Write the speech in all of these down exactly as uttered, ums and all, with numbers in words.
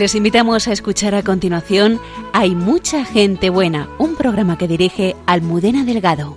Les invitamos a escuchar a continuación Hay mucha gente buena, un programa que dirige Almudena Delgado.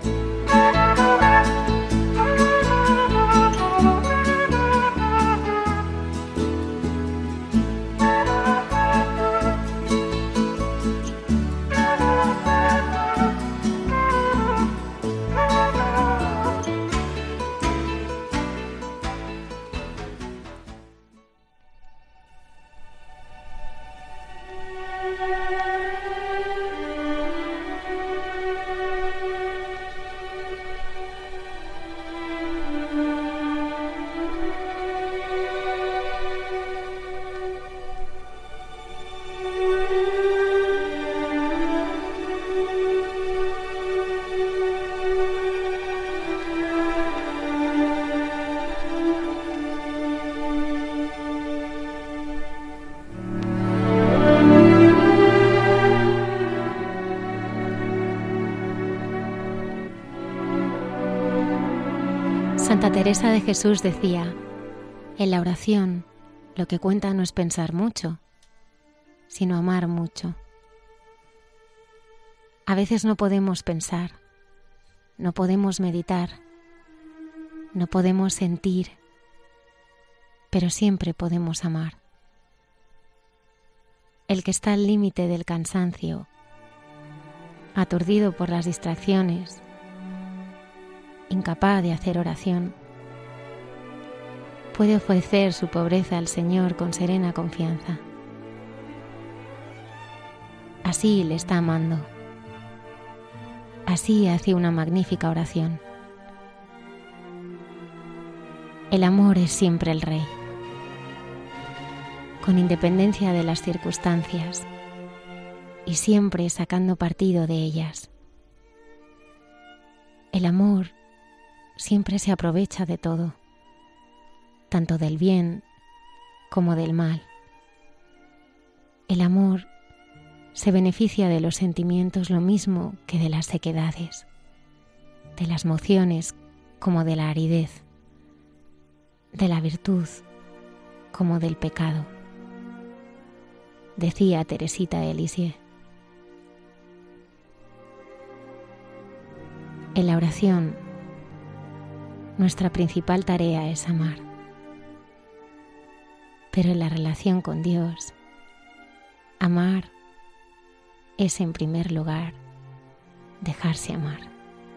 Santa Teresa de Jesús decía: en la oración lo que cuenta no es pensar mucho, sino amar mucho. A veces no podemos pensar, no podemos meditar, no podemos sentir, pero siempre podemos amar. El que está al límite del cansancio, aturdido por las distracciones, incapaz de hacer oración, puede ofrecer su pobreza al Señor con serena confianza. Así le está amando. Así hace una magnífica oración. El amor es siempre el rey, con independencia de las circunstancias y siempre sacando partido de ellas. El amor siempre se aprovecha de todo, tanto del bien como del mal. El amor se beneficia de los sentimientos lo mismo que de las sequedades, de las mociones como de la aridez, de la virtud como del pecado. Decía Teresita de Lisieux. En la oración, nuestra principal tarea es amar. Pero en la relación con Dios, amar es en primer lugar dejarse amar.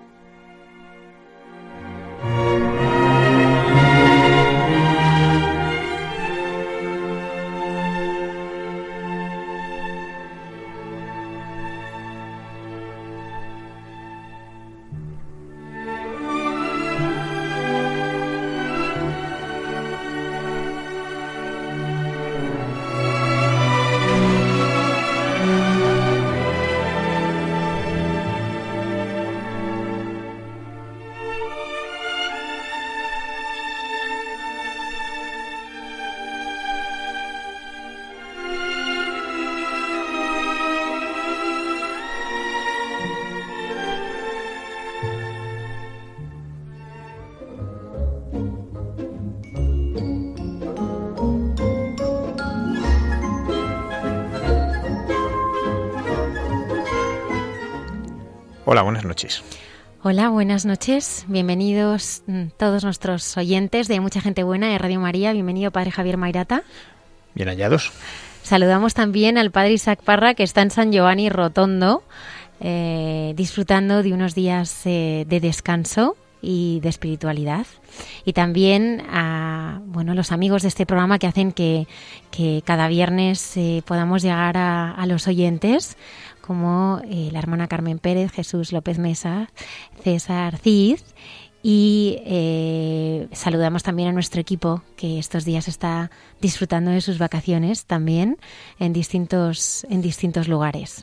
Hola, buenas noches. Hola, buenas noches. Bienvenidos todos nuestros oyentes de Mucha Gente Buena de Radio María. Bienvenido, Padre Javier Mairata. Bien hallados. Saludamos también al Padre Isaac Parra, que está en San Giovanni Rotondo, eh, disfrutando de unos días eh, de descanso y de espiritualidad. Y también a bueno, los amigos de este programa que hacen que, que cada viernes eh, podamos llegar a, a los oyentes, como eh, la hermana Carmen Pérez, Jesús López Mesa, César Cid, y eh, saludamos también a nuestro equipo que estos días está disfrutando de sus vacaciones también en distintos, en distintos lugares.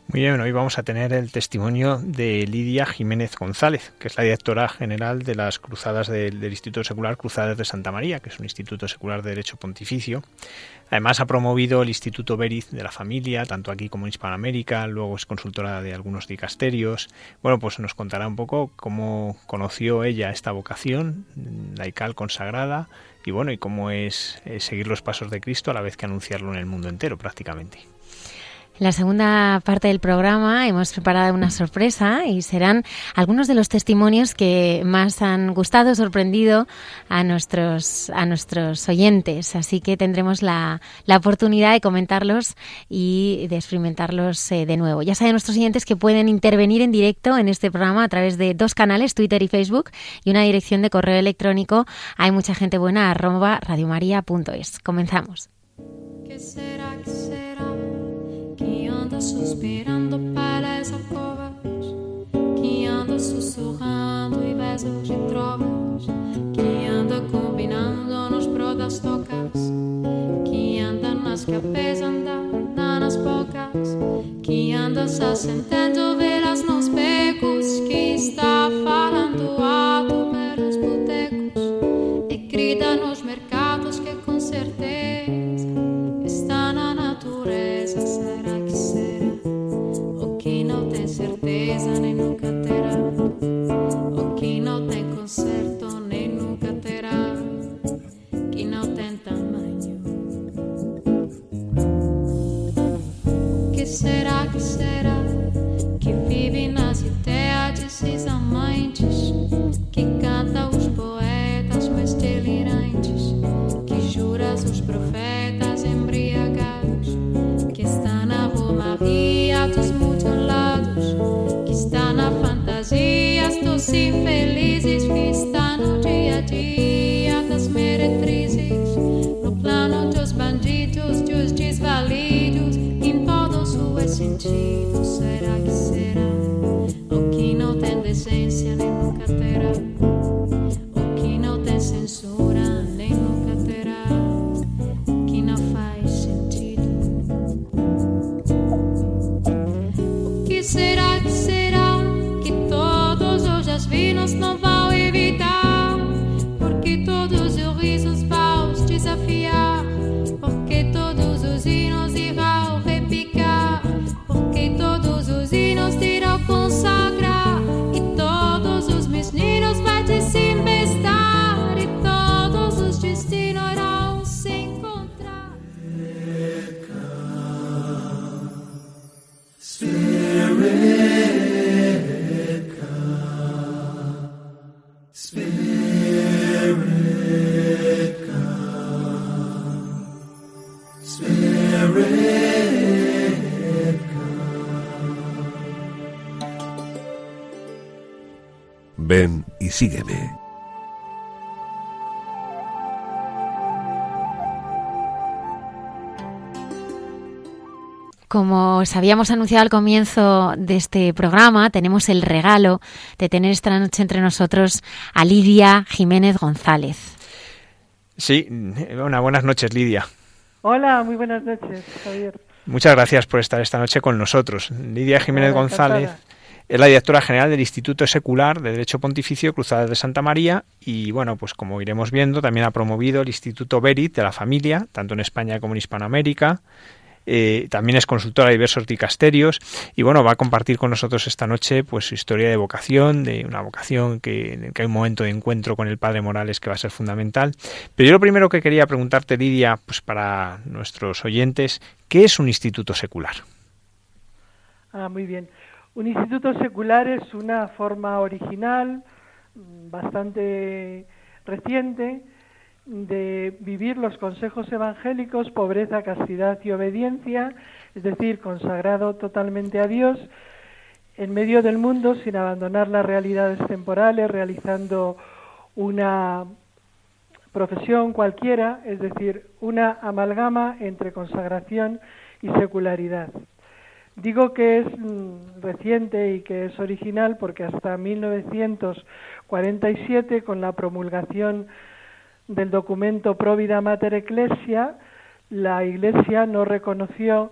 Muy bien, hoy vamos a tener el testimonio de Lidia Jiménez González, que es la directora general de las Cruzadas del, del Instituto Secular Cruzadas de Santa María, que es un instituto secular de Derecho Pontificio. Además ha promovido el Instituto Berit de la Familia, tanto aquí como en Hispanoamérica, luego es consultora de algunos dicasterios. Bueno, pues nos contará un poco cómo conoció ella esta vocación laical consagrada y bueno, y cómo es eh, seguir los pasos de Cristo a la vez que anunciarlo en el mundo entero prácticamente. En la segunda parte del programa hemos preparado una sorpresa y serán algunos de los testimonios que más han gustado, sorprendido a nuestros a nuestros oyentes. Así que tendremos la, la oportunidad de comentarlos y de experimentarlos eh, de nuevo. Ya saben nuestros oyentes que pueden intervenir en directo en este programa a través de dos canales, Twitter y Facebook, y una dirección de correo electrónico. Hay mucha gente buena, arroba radiomaria punto es. Comenzamos. ¿Qué será, qué será? Que anda suspirando pelas alcovas, que anda sussurrando em versos de trovas, que anda combinando nos pro das tocas, que anda nas cabeças, anda nas bocas, que anda se assentando velas nos becos, que está falando alto pelos botecos e grita nos mercados que com certeza está na natureza. Será que será? O que não tem certeza nem nunca terá. O que não tem conserto nem nunca terá. Que não tem tamanho. Que será, que será? Que vive nas ideias de seus amantes, que canta os poetas mais delirantes, que jura os profetas embriagados, que está na romaria dos mutilados, que está na fantasia dos infelizes, que está no dia a dia das meretrizes, no plano dos bandidos, dos desvalidos, em todos os sentidos. Será que será? O que não tem decência nem nunca terá. O que não tem censura nem nunca terá. Que não faz sentido. O que será, que será? Que todos os asvinos não vão evitar. Porque todos os risos vão os desafiar. Porque todos os hinos irão repicar. Porque todos os hinos irão consagrar. E todos os meninos vai desinvestar. E todos os destinos irão se encontrar. Spirit come, Spirit come, Spirit come. Ven y sígueme. Como os habíamos anunciado al comienzo de este programa, tenemos el regalo de tener esta noche entre nosotros a Lidia Jiménez González. Sí, bueno, buenas noches, Lidia. Hola, muy buenas noches, Javier. Muchas gracias por estar esta noche con nosotros. Lidia Jiménez Hola, González encantada. es la directora general del Instituto Secular de Derecho Pontificio Cruzadas de Santa María y, bueno, pues como iremos viendo, también ha promovido el Instituto Berit de la Familia, tanto en España como en Hispanoamérica. Eh, también es consultora de diversos dicasterios y bueno, va a compartir con nosotros esta noche pues su historia de vocación, de una vocación que, en que hay un momento de encuentro con el Padre Morales que va a ser fundamental. Pero yo lo primero que quería preguntarte, Lidia, pues para nuestros oyentes, ¿qué es un instituto secular? Ah, muy bien. Un instituto secular es una forma original, bastante reciente, de vivir los consejos evangélicos, pobreza, castidad y obediencia, es decir, consagrado totalmente a Dios, en medio del mundo, sin abandonar las realidades temporales, realizando una profesión cualquiera, es decir, una amalgama entre consagración y secularidad. Digo que es mm, reciente y que es original porque hasta mil novecientos cuarenta y siete, con la promulgación del documento Provida Mater Ecclesia, la Iglesia no reconoció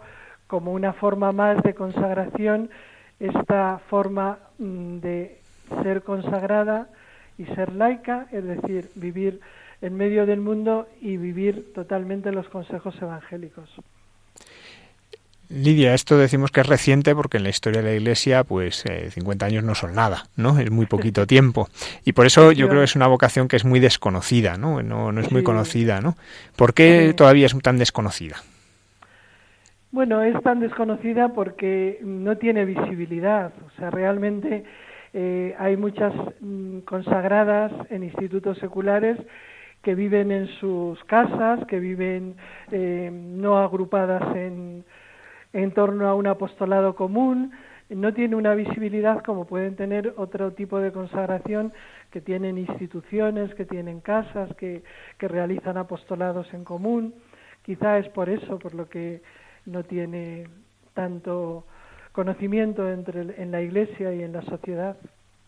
como una forma más de consagración, esta forma mm, de ser consagrada y ser laica, es decir, vivir en medio del mundo y vivir totalmente los consejos evangélicos. Lidia, esto decimos que es reciente porque en la historia de la Iglesia, pues eh, cincuenta años no son nada, ¿no? Es muy poquito tiempo. Y por eso yo creo que es una vocación que es muy desconocida, ¿no? No, no es muy Sí. conocida, ¿no? ¿Por qué Sí. todavía es tan desconocida? Bueno, es tan desconocida porque no tiene visibilidad. O sea, realmente eh, hay muchas mm, consagradas en institutos seculares que viven en sus casas, que viven eh, no agrupadas en, en torno a un apostolado común. No tiene una visibilidad como pueden tener otro tipo de consagración que tienen instituciones, que tienen casas, que, que realizan apostolados en común. Quizá es por eso, por lo que no tiene tanto conocimiento entre en la Iglesia y en la sociedad.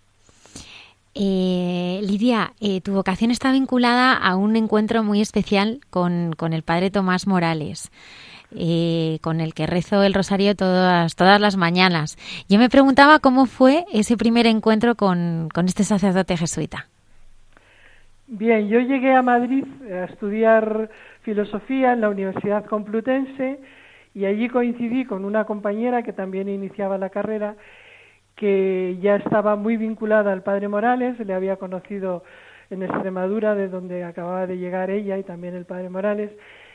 Eh, Lidia, eh, tu vocación está vinculada a un encuentro muy especial con, con el padre Tomás Morales, eh, con el que rezo el rosario todas, todas las mañanas. Yo me preguntaba cómo fue ese primer encuentro con, con este sacerdote jesuita. Bien, yo llegué a Madrid a estudiar filosofía en la Universidad Complutense y allí coincidí con una compañera que también iniciaba la carrera, que ya estaba muy vinculada al padre Morales, le había conocido en Extremadura, de donde acababa de llegar ella y también el padre Morales,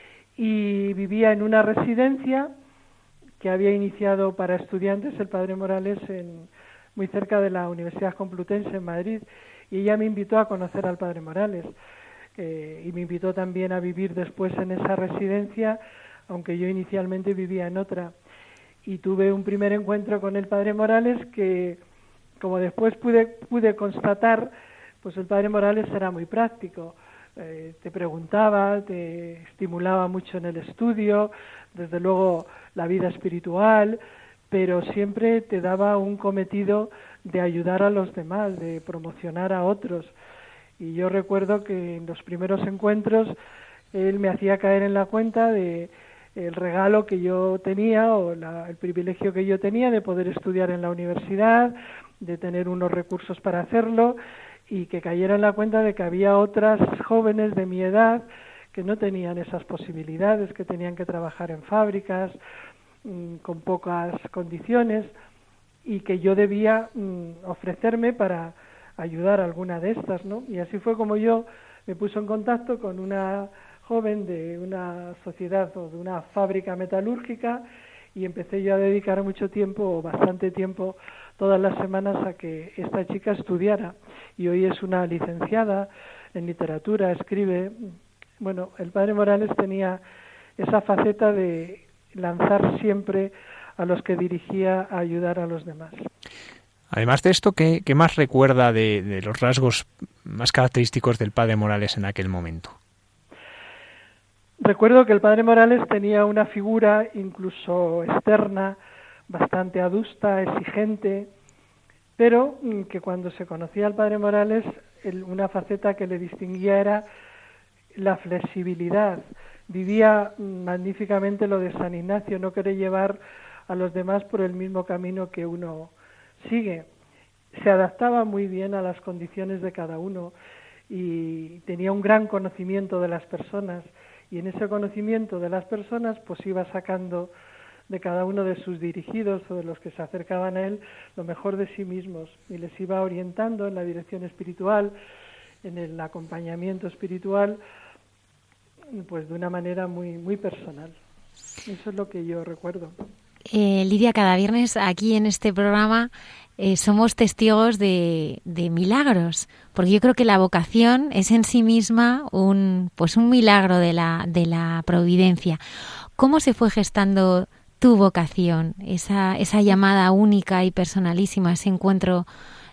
y vivía en una residencia que había iniciado para estudiantes el padre Morales en, muy cerca de la Universidad Complutense en Madrid, y ella me invitó a conocer al padre Morales, eh, y me invitó también a vivir después en esa residencia, aunque yo inicialmente vivía en otra. Y tuve un primer encuentro con el padre Morales que, como después pude, pude constatar, pues el padre Morales era muy práctico. Eh, te preguntaba, te estimulaba mucho en el estudio, desde luego la vida espiritual, pero siempre te daba un cometido de ayudar a los demás, de promocionar a otros. Y yo recuerdo que en los primeros encuentros él me hacía caer en la cuenta de el regalo que yo tenía o la, el privilegio que yo tenía de poder estudiar en la universidad, de tener unos recursos para hacerlo y que cayera en la cuenta de que había otras jóvenes de mi edad que no tenían esas posibilidades, que tenían que trabajar en fábricas mmm, con pocas condiciones y que yo debía mmm, ofrecerme para ayudar a alguna de estas, ¿no? Y así fue como yo me puse en contacto con una joven de una sociedad o de una fábrica metalúrgica y empecé yo a dedicar mucho tiempo, o bastante tiempo, todas las semanas a que esta chica estudiara. Y hoy es una licenciada en literatura, escribe. Bueno, el padre Morales tenía esa faceta de lanzar siempre a los que dirigía a ayudar a los demás. Además de esto, ¿qué, qué más recuerda de, de los rasgos más característicos del padre Morales en aquel momento? Recuerdo que el padre Morales tenía una figura incluso externa, bastante adusta, exigente, pero que cuando se conocía al padre Morales, el, una faceta que le distinguía era la flexibilidad. Vivía magníficamente lo de San Ignacio, no querer llevar a los demás por el mismo camino que uno sigue. Se adaptaba muy bien a las condiciones de cada uno y tenía un gran conocimiento de las personas. Y en ese conocimiento de las personas, pues iba sacando de cada uno de sus dirigidos o de los que se acercaban a él lo mejor de sí mismos y les iba orientando en la dirección espiritual, en el acompañamiento espiritual, pues de una manera muy, muy personal. Eso es lo que yo recuerdo. Eh, Lidia, cada viernes aquí en este programa eh, somos testigos de, de milagros, porque yo creo que la vocación es en sí misma un, pues un milagro de la, de la providencia. ¿Cómo se fue gestando tu vocación, esa, esa llamada única y personalísima, ese encuentro,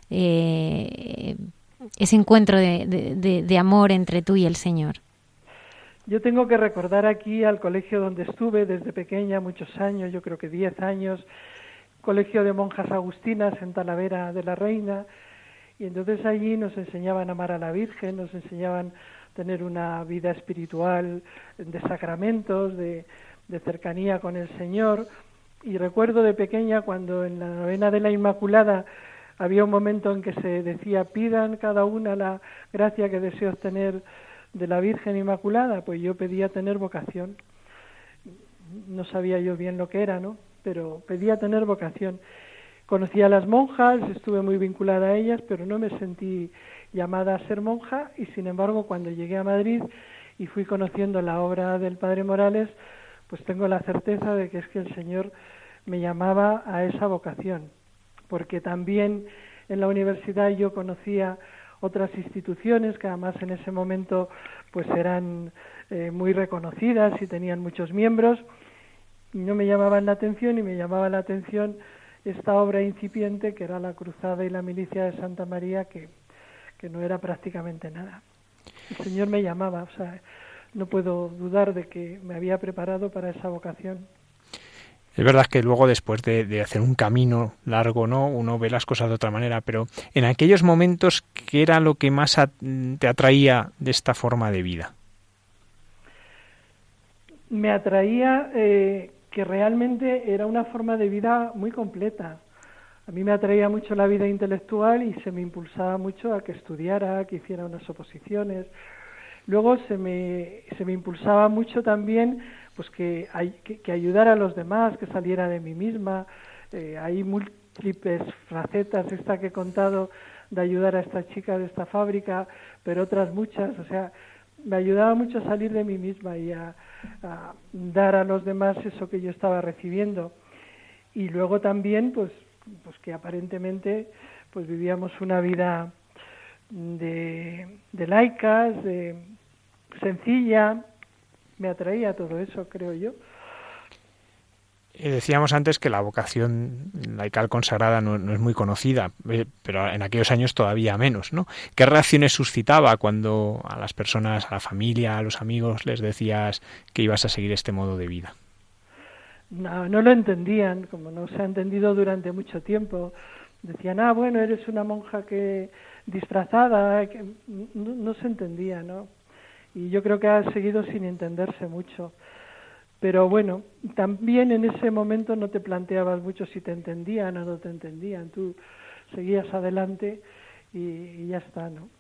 eh, ese encuentro de, de, de, de amor entre tú y el Señor? Yo tengo que recordar aquí al colegio donde estuve desde pequeña, muchos años, yo creo que diez años, colegio de monjas agustinas en Talavera de la Reina, y entonces allí nos enseñaban a amar a la Virgen, nos enseñaban a tener una vida espiritual de sacramentos, de, de cercanía con el Señor, Y recuerdo de pequeña cuando en la novena de la Inmaculada había un momento en que se decía, pidan cada una la gracia que desea obtener de la Virgen Inmaculada, pues yo pedía tener vocación. No sabía yo bien lo que era, ¿no? Pero pedía tener vocación. Conocí a las monjas, estuve muy vinculada a ellas, pero no me sentí llamada a ser monja, y sin embargo cuando llegué a Madrid y fui conociendo la obra del Padre Morales, pues tengo la certeza de que es que el Señor me llamaba a esa vocación, porque también en la universidad yo conocía otras instituciones que además en ese momento pues eran eh, muy reconocidas y tenían muchos miembros, y no me llamaban la atención, y me llamaba la atención esta obra incipiente que era la Cruzada y la Milicia de Santa María, que, que no era prácticamente nada. El Señor me llamaba, o sea, no puedo dudar de que me había preparado para esa vocación. Es verdad que luego, después de, de hacer un camino largo, ¿no?, uno ve las cosas de otra manera, pero en aquellos momentos, ¿qué era lo que más a, te atraía de esta forma de vida? Me atraía eh, que realmente era una forma de vida muy completa. A mí me atraía mucho la vida intelectual y se me impulsaba mucho a que estudiara, que hiciera unas oposiciones. Luego se me, se me impulsaba mucho también pues que, hay, que, que ayudara a los demás, que saliera de mí misma. Eh, hay múltiples facetas, esta que he contado, de ayudar a esta chica de esta fábrica, pero otras muchas. O sea, me ayudaba mucho a salir de mí misma y a, a dar a los demás eso que yo estaba recibiendo. Y luego también, pues, pues que aparentemente pues vivíamos una vida de, de laicas, de sencilla. Me atraía todo eso, creo yo. Eh, decíamos antes que la vocación laical consagrada no, no es muy conocida, eh, pero en aquellos años todavía menos, ¿no? ¿Qué reacciones suscitaba cuando a las personas, a la familia, a los amigos, les decías que ibas a seguir este modo de vida? No, no lo entendían, como no se ha entendido durante mucho tiempo. Decían, ah, bueno, eres una monja que disfrazada, que no, no se entendía, ¿no? Y yo creo que ha seguido sin entenderse mucho. Pero bueno, también en ese momento no te planteabas mucho si te entendían o no te entendían. Tú seguías adelante y, y ya está, ¿no?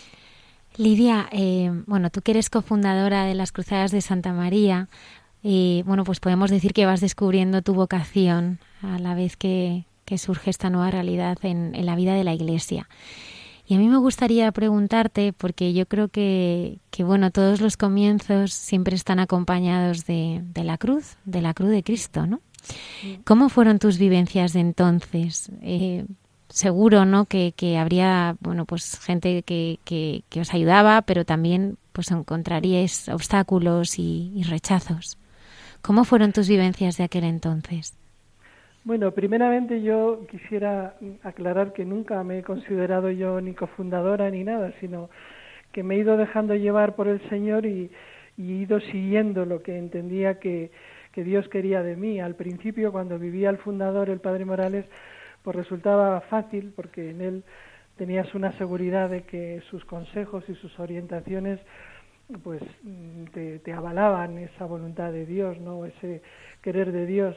Lidia, eh, bueno, tú que eres cofundadora de las Cruzadas de Santa María, y bueno, pues podemos decir que vas descubriendo tu vocación a la vez que, que surge esta nueva realidad en, en la vida de la Iglesia. Y a mí me gustaría preguntarte, porque yo creo que, que bueno, todos los comienzos siempre están acompañados de, de la cruz, de la cruz de Cristo, ¿no? ¿Cómo fueron tus vivencias de entonces? Eh, seguro, ¿no?, que, que habría, bueno, pues gente que, que, que os ayudaba, pero también pues encontraríais obstáculos y, y rechazos. ¿Cómo fueron tus vivencias de aquel entonces? Bueno, primeramente yo quisiera aclarar que nunca me he considerado yo ni cofundadora ni nada, sino que me he ido dejando llevar por el Señor y, y he ido siguiendo lo que entendía que, que Dios quería de mí. Al principio, cuando vivía el fundador, el Padre Morales, pues resultaba fácil porque en él tenías una seguridad de que sus consejos y sus orientaciones pues te, te avalaban esa voluntad de Dios, ¿no?, ese querer de Dios.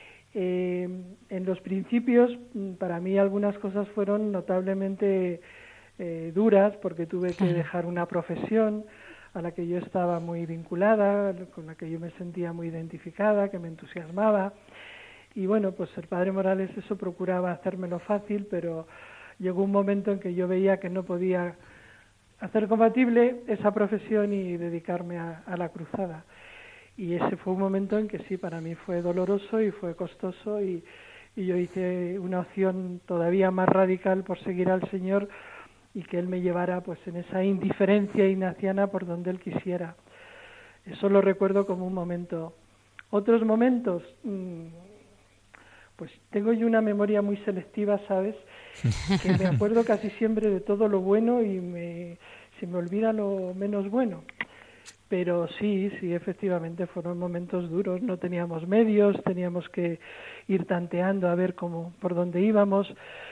Eh, en los principios, para mí algunas cosas fueron notablemente eh, duras, porque tuve que dejar una profesión a la que yo estaba muy vinculada, con la que yo me sentía muy identificada, que me entusiasmaba. Y bueno, pues el Padre Morales eso procuraba hacérmelo fácil, pero llegó un momento en que yo veía que no podía hacer compatible esa profesión y dedicarme a, a la cruzada. Y ese fue un momento en que sí, para mí fue doloroso y fue costoso, y, y yo hice una opción todavía más radical por seguir al Señor y que Él me llevara pues en esa indiferencia ignaciana por donde Él quisiera. Eso lo recuerdo como un momento. Otros momentos, pues tengo yo una memoria muy selectiva, ¿sabes? Que me acuerdo casi siempre de todo lo bueno y me, se me olvida lo menos bueno. Pero sí, sí, efectivamente fueron momentos duros, no teníamos medios, teníamos que ir tanteando a ver cómo, por dónde íbamos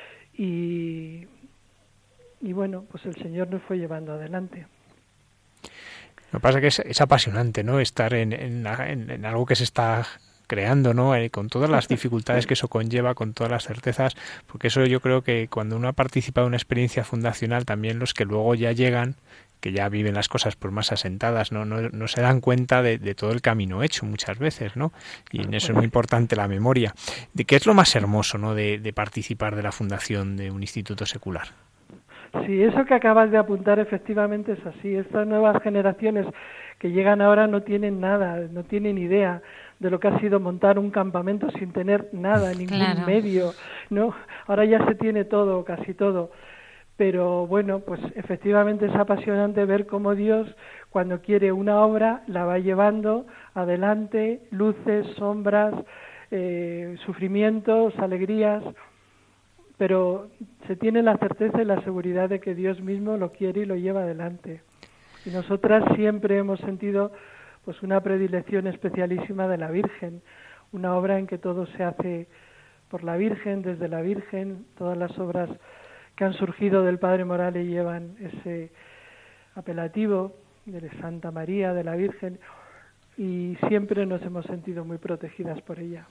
y, y bueno, pues el Señor nos fue llevando adelante. Lo que pasa es que es, es apasionante, ¿no?, estar en, en, en, en algo que se está creando, ¿no? Eh, con todas las dificultades que eso conlleva, con todas las certezas, porque eso yo creo que cuando uno ha participado en una experiencia fundacional, también los que luego ya llegan, que ya viven las cosas por más asentadas, no, no, no se dan cuenta de, de todo el camino hecho muchas veces, ¿no? Y en eso es muy importante la memoria. ¿De qué es lo más hermoso, ¿no? de, de participar de la fundación de un instituto secular? Sí, eso que acabas de apuntar efectivamente es así. Estas nuevas generaciones que llegan ahora no tienen nada, no tienen idea de lo que ha sido montar un campamento sin tener nada, ningún Claro. medio, ¿no? Ahora ya se tiene todo, casi todo. Pero bueno, pues efectivamente es apasionante ver cómo Dios, cuando quiere una obra, la va llevando adelante, luces, sombras, eh, sufrimientos, alegrías, pero se tiene la certeza y la seguridad de que Dios mismo lo quiere y lo lleva adelante. Y nosotras siempre hemos sentido pues una predilección especialísima de la Virgen, una obra en que todo se hace por la Virgen, desde la Virgen, todas las obras que han surgido del Padre Morales llevan ese apelativo de Santa María, de la Virgen, y siempre nos hemos sentido muy protegidas por ella.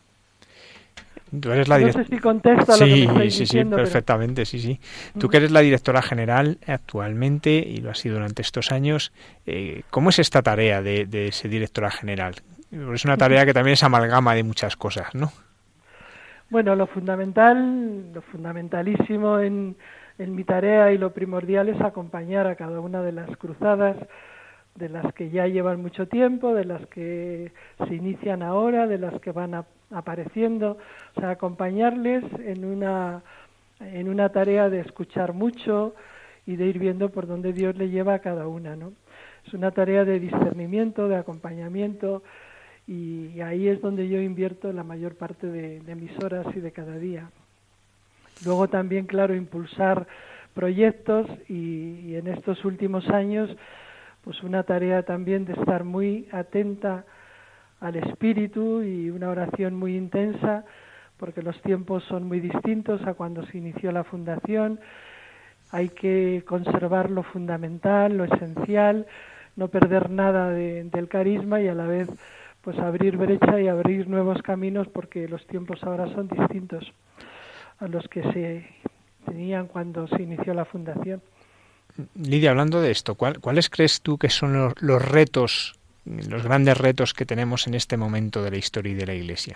Tú eres la No direct- sé si contesto a lo sí, que me estáis sí, diciendo, sí, pero- perfectamente, sí, sí. Tú que eres la directora general actualmente y lo has sido durante estos años, eh, ¿cómo es esta tarea de, de ser directora general? Es una tarea que también es amalgama de muchas cosas, ¿no? Bueno, lo fundamental, lo fundamentalísimo en, en mi tarea y lo primordial es acompañar a cada una de las cruzadas, de las que ya llevan mucho tiempo, de las que se inician ahora, de las que van a, apareciendo, o sea, acompañarles en una, en una tarea de escuchar mucho y de ir viendo por dónde Dios le lleva a cada una, ¿no? Es una tarea de discernimiento, de acompañamiento, y ahí es donde yo invierto la mayor parte de, de mis horas y de cada día. Luego también, claro, impulsar proyectos y, y en estos últimos años, pues una tarea también de estar muy atenta al espíritu y una oración muy intensa, porque los tiempos son muy distintos a cuando se inició la fundación. Hay que conservar lo fundamental, lo esencial, no perder nada de, del carisma y a la vez pues abrir brecha y abrir nuevos caminos, porque los tiempos ahora son distintos a los que se tenían cuando se inició la fundación. Lidia, hablando de esto, ¿cuál, ¿cuáles crees tú que son los, los retos, los grandes retos que tenemos en este momento de la historia y de la Iglesia?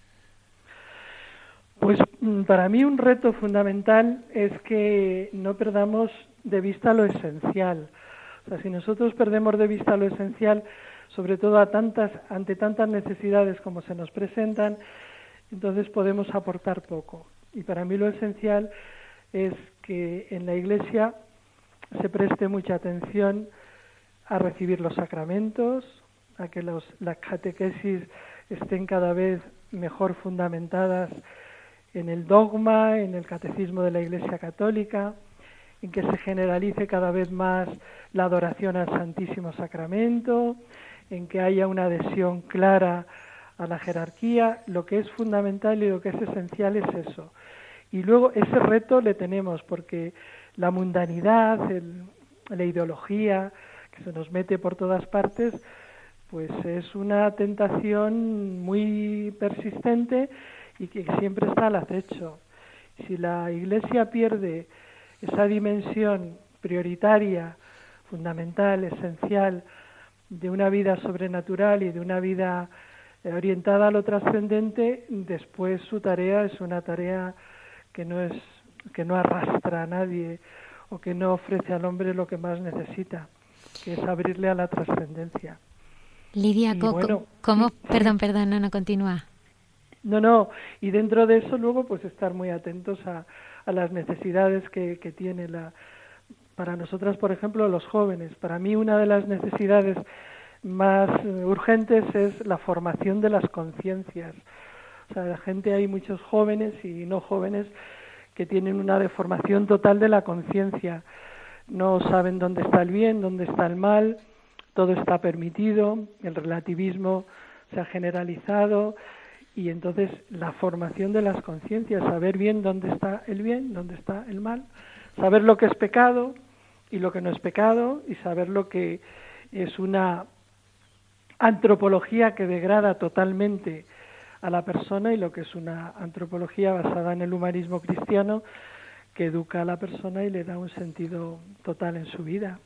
Pues para mí un reto fundamental es que no perdamos de vista lo esencial. O sea, si nosotros perdemos de vista lo esencial, sobre todo a tantas, ante tantas necesidades como se nos presentan, entonces podemos aportar poco. Y para mí lo esencial es que en la Iglesia se preste mucha atención a recibir los sacramentos, a que los, las catequesis estén cada vez mejor fundamentadas en el dogma, en el catecismo de la Iglesia Católica, en que se generalice cada vez más la adoración al Santísimo Sacramento, en que haya una adhesión clara a la jerarquía. Lo que es fundamental y lo que es esencial es eso. Y luego ese reto le tenemos porque la mundanidad, el, la ideología que se nos mete por todas partes, pues es una tentación muy persistente y que siempre está al acecho. Si la Iglesia pierde esa dimensión prioritaria, fundamental, esencial, de una vida sobrenatural y de una vida orientada a lo trascendente, después su tarea es una tarea que no es que no arrastra a nadie o que no ofrece al hombre lo que más necesita, que es abrirle a la trascendencia. Lidia, ¿cómo? Bueno, ¿cómo? sí, Perdón, perdón, no, no, continúa. No, no, y dentro de eso luego pues estar muy atentos a, a las necesidades que, que tiene la, para nosotras, por ejemplo, los jóvenes. Para mí una de las necesidades más urgentes es la formación de las conciencias. O sea, la gente, hay muchos jóvenes y no jóvenes que tienen una deformación total de la conciencia. No saben dónde está el bien, dónde está el mal, todo está permitido, el relativismo se ha generalizado y entonces la formación de las conciencias, saber bien dónde está el bien, dónde está el mal, saber lo que es pecado y lo que no es pecado y saber lo que es una antropología que degrada totalmente a la persona y lo que es una antropología basada en el humanismo cristiano que educa a la persona y le da un sentido total en su vida.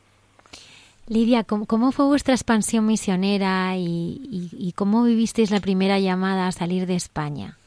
Lidia, ¿cómo, cómo fue vuestra expansión misionera y, y, y cómo vivisteis la primera llamada a salir de España?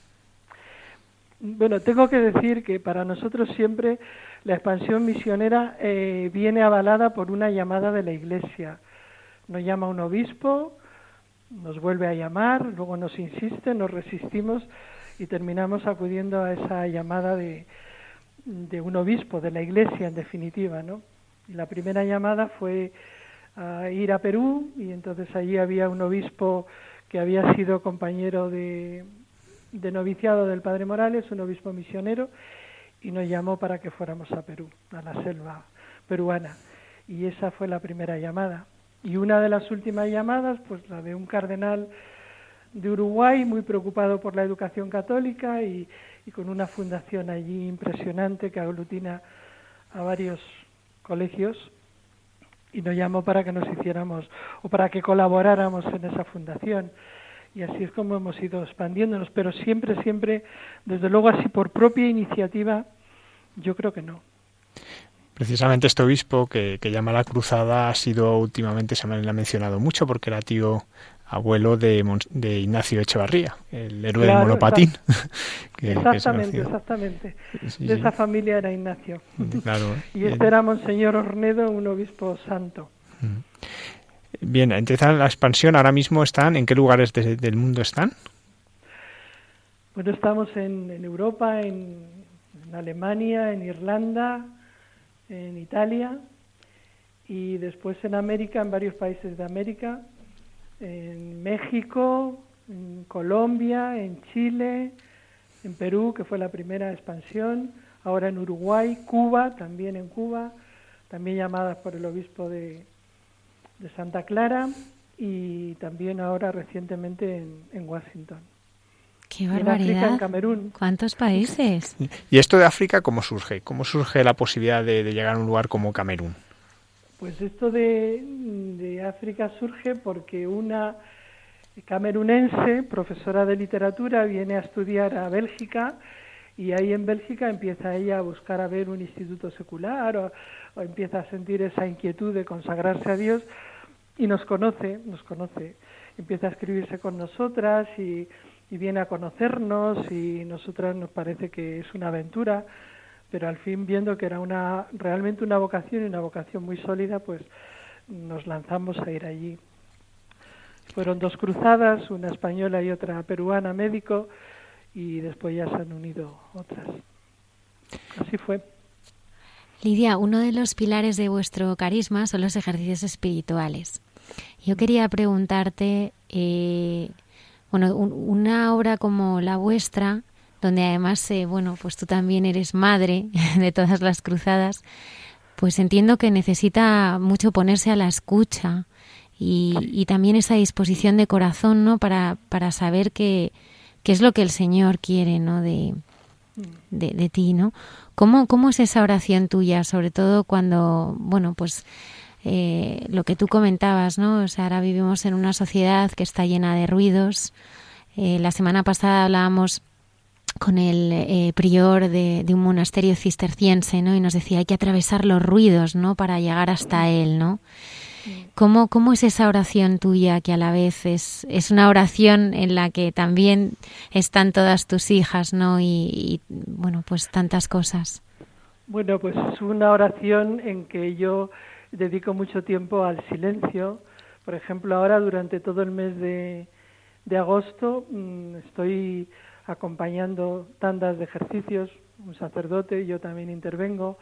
Bueno, tengo que decir que para nosotros siempre la expansión misionera eh, viene avalada por una llamada de la Iglesia. Nos llama un obispo, nos vuelve a llamar, luego nos insiste, nos resistimos y terminamos acudiendo a esa llamada de, de un obispo, de la Iglesia en definitiva, ¿no? Y la primera llamada fue a ir a Perú y entonces allí había un obispo que había sido compañero de, de noviciado del Padre Morales, un obispo misionero, y nos llamó para que fuéramos a Perú, a la selva peruana. Y esa fue la primera llamada. Y una de las últimas llamadas, pues la de un cardenal de Uruguay, muy preocupado por la educación católica y, y con una fundación allí impresionante que aglutina a varios colegios, y nos llamó para que nos hiciéramos, o para que colaboráramos en esa fundación. Y así es como hemos ido expandiéndonos, pero siempre, siempre, desde luego así por propia iniciativa, yo creo que no. Precisamente este obispo que, que llama la cruzada ha sido últimamente, se me le ha mencionado mucho porque era tío abuelo de, de Ignacio Echevarría, el héroe Claro, del monopatín. que, exactamente, que exactamente. Sí, de sí. Esa familia era Ignacio. Claro. Y este era Monseñor Ornedo, un obispo santo. Bien, entonces la expansión ahora mismo están, ¿en qué lugares de, del mundo están? Bueno, estamos en, en Europa, en, en Alemania, en Irlanda, en Italia y después en América, en varios países de América, en México, en Colombia, en Chile, en Perú, que fue la primera expansión, ahora en Uruguay, Cuba, también en Cuba, también llamadas por el obispo de de Santa Clara y también ahora recientemente en, en Washington. ¡Qué barbaridad! En África, en Camerún. ¿Cuántos países? ¿Y esto de África cómo surge? ¿Cómo surge la posibilidad de, de llegar a un lugar como Camerún? Pues esto de, de África surge porque una camerunense, profesora de literatura, viene a estudiar a Bélgica y ahí en Bélgica empieza ella a buscar a ver un instituto secular o, o empieza a sentir esa inquietud de consagrarse a Dios y nos conoce, nos conoce, empieza a escribirse con nosotras y, y viene a conocernos y nosotras nos parece que es una aventura, pero al fin viendo que era una realmente una vocación y una vocación muy sólida, pues nos lanzamos a ir allí. Fueron dos cruzadas, una española y otra peruana, médico, y después ya se han unido otras. Así fue. Lidia, uno de los pilares de vuestro carisma son los ejercicios espirituales. Yo quería preguntarte, eh, bueno, un, una obra como la vuestra, donde además, eh, bueno, pues tú también eres madre de todas las cruzadas, pues entiendo que necesita mucho ponerse a la escucha y, y también esa disposición de corazón, ¿no? Para, para saber que qué es lo que el Señor quiere, ¿no? De, de, de ti, ¿no? ¿Cómo, ¿Cómo es esa oración tuya? Sobre todo cuando, bueno, pues eh, lo que tú comentabas, ¿no? O sea, ahora vivimos en una sociedad que está llena de ruidos. Eh, la semana pasada hablábamos con el eh, prior de, de un monasterio cisterciense, ¿no? Y nos decía, hay que atravesar los ruidos, ¿no? Para llegar hasta él, ¿no? ¿Cómo, ¿Cómo es esa oración tuya que a la vez es, es una oración en la que también están todas tus hijas, ¿no? Y, y bueno, pues tantas cosas. Bueno, pues es una oración en que yo dedico mucho tiempo al silencio. Por ejemplo, ahora durante todo el mes de, de agosto mmm, estoy acompañando tandas de ejercicios, un sacerdote, yo también intervengo,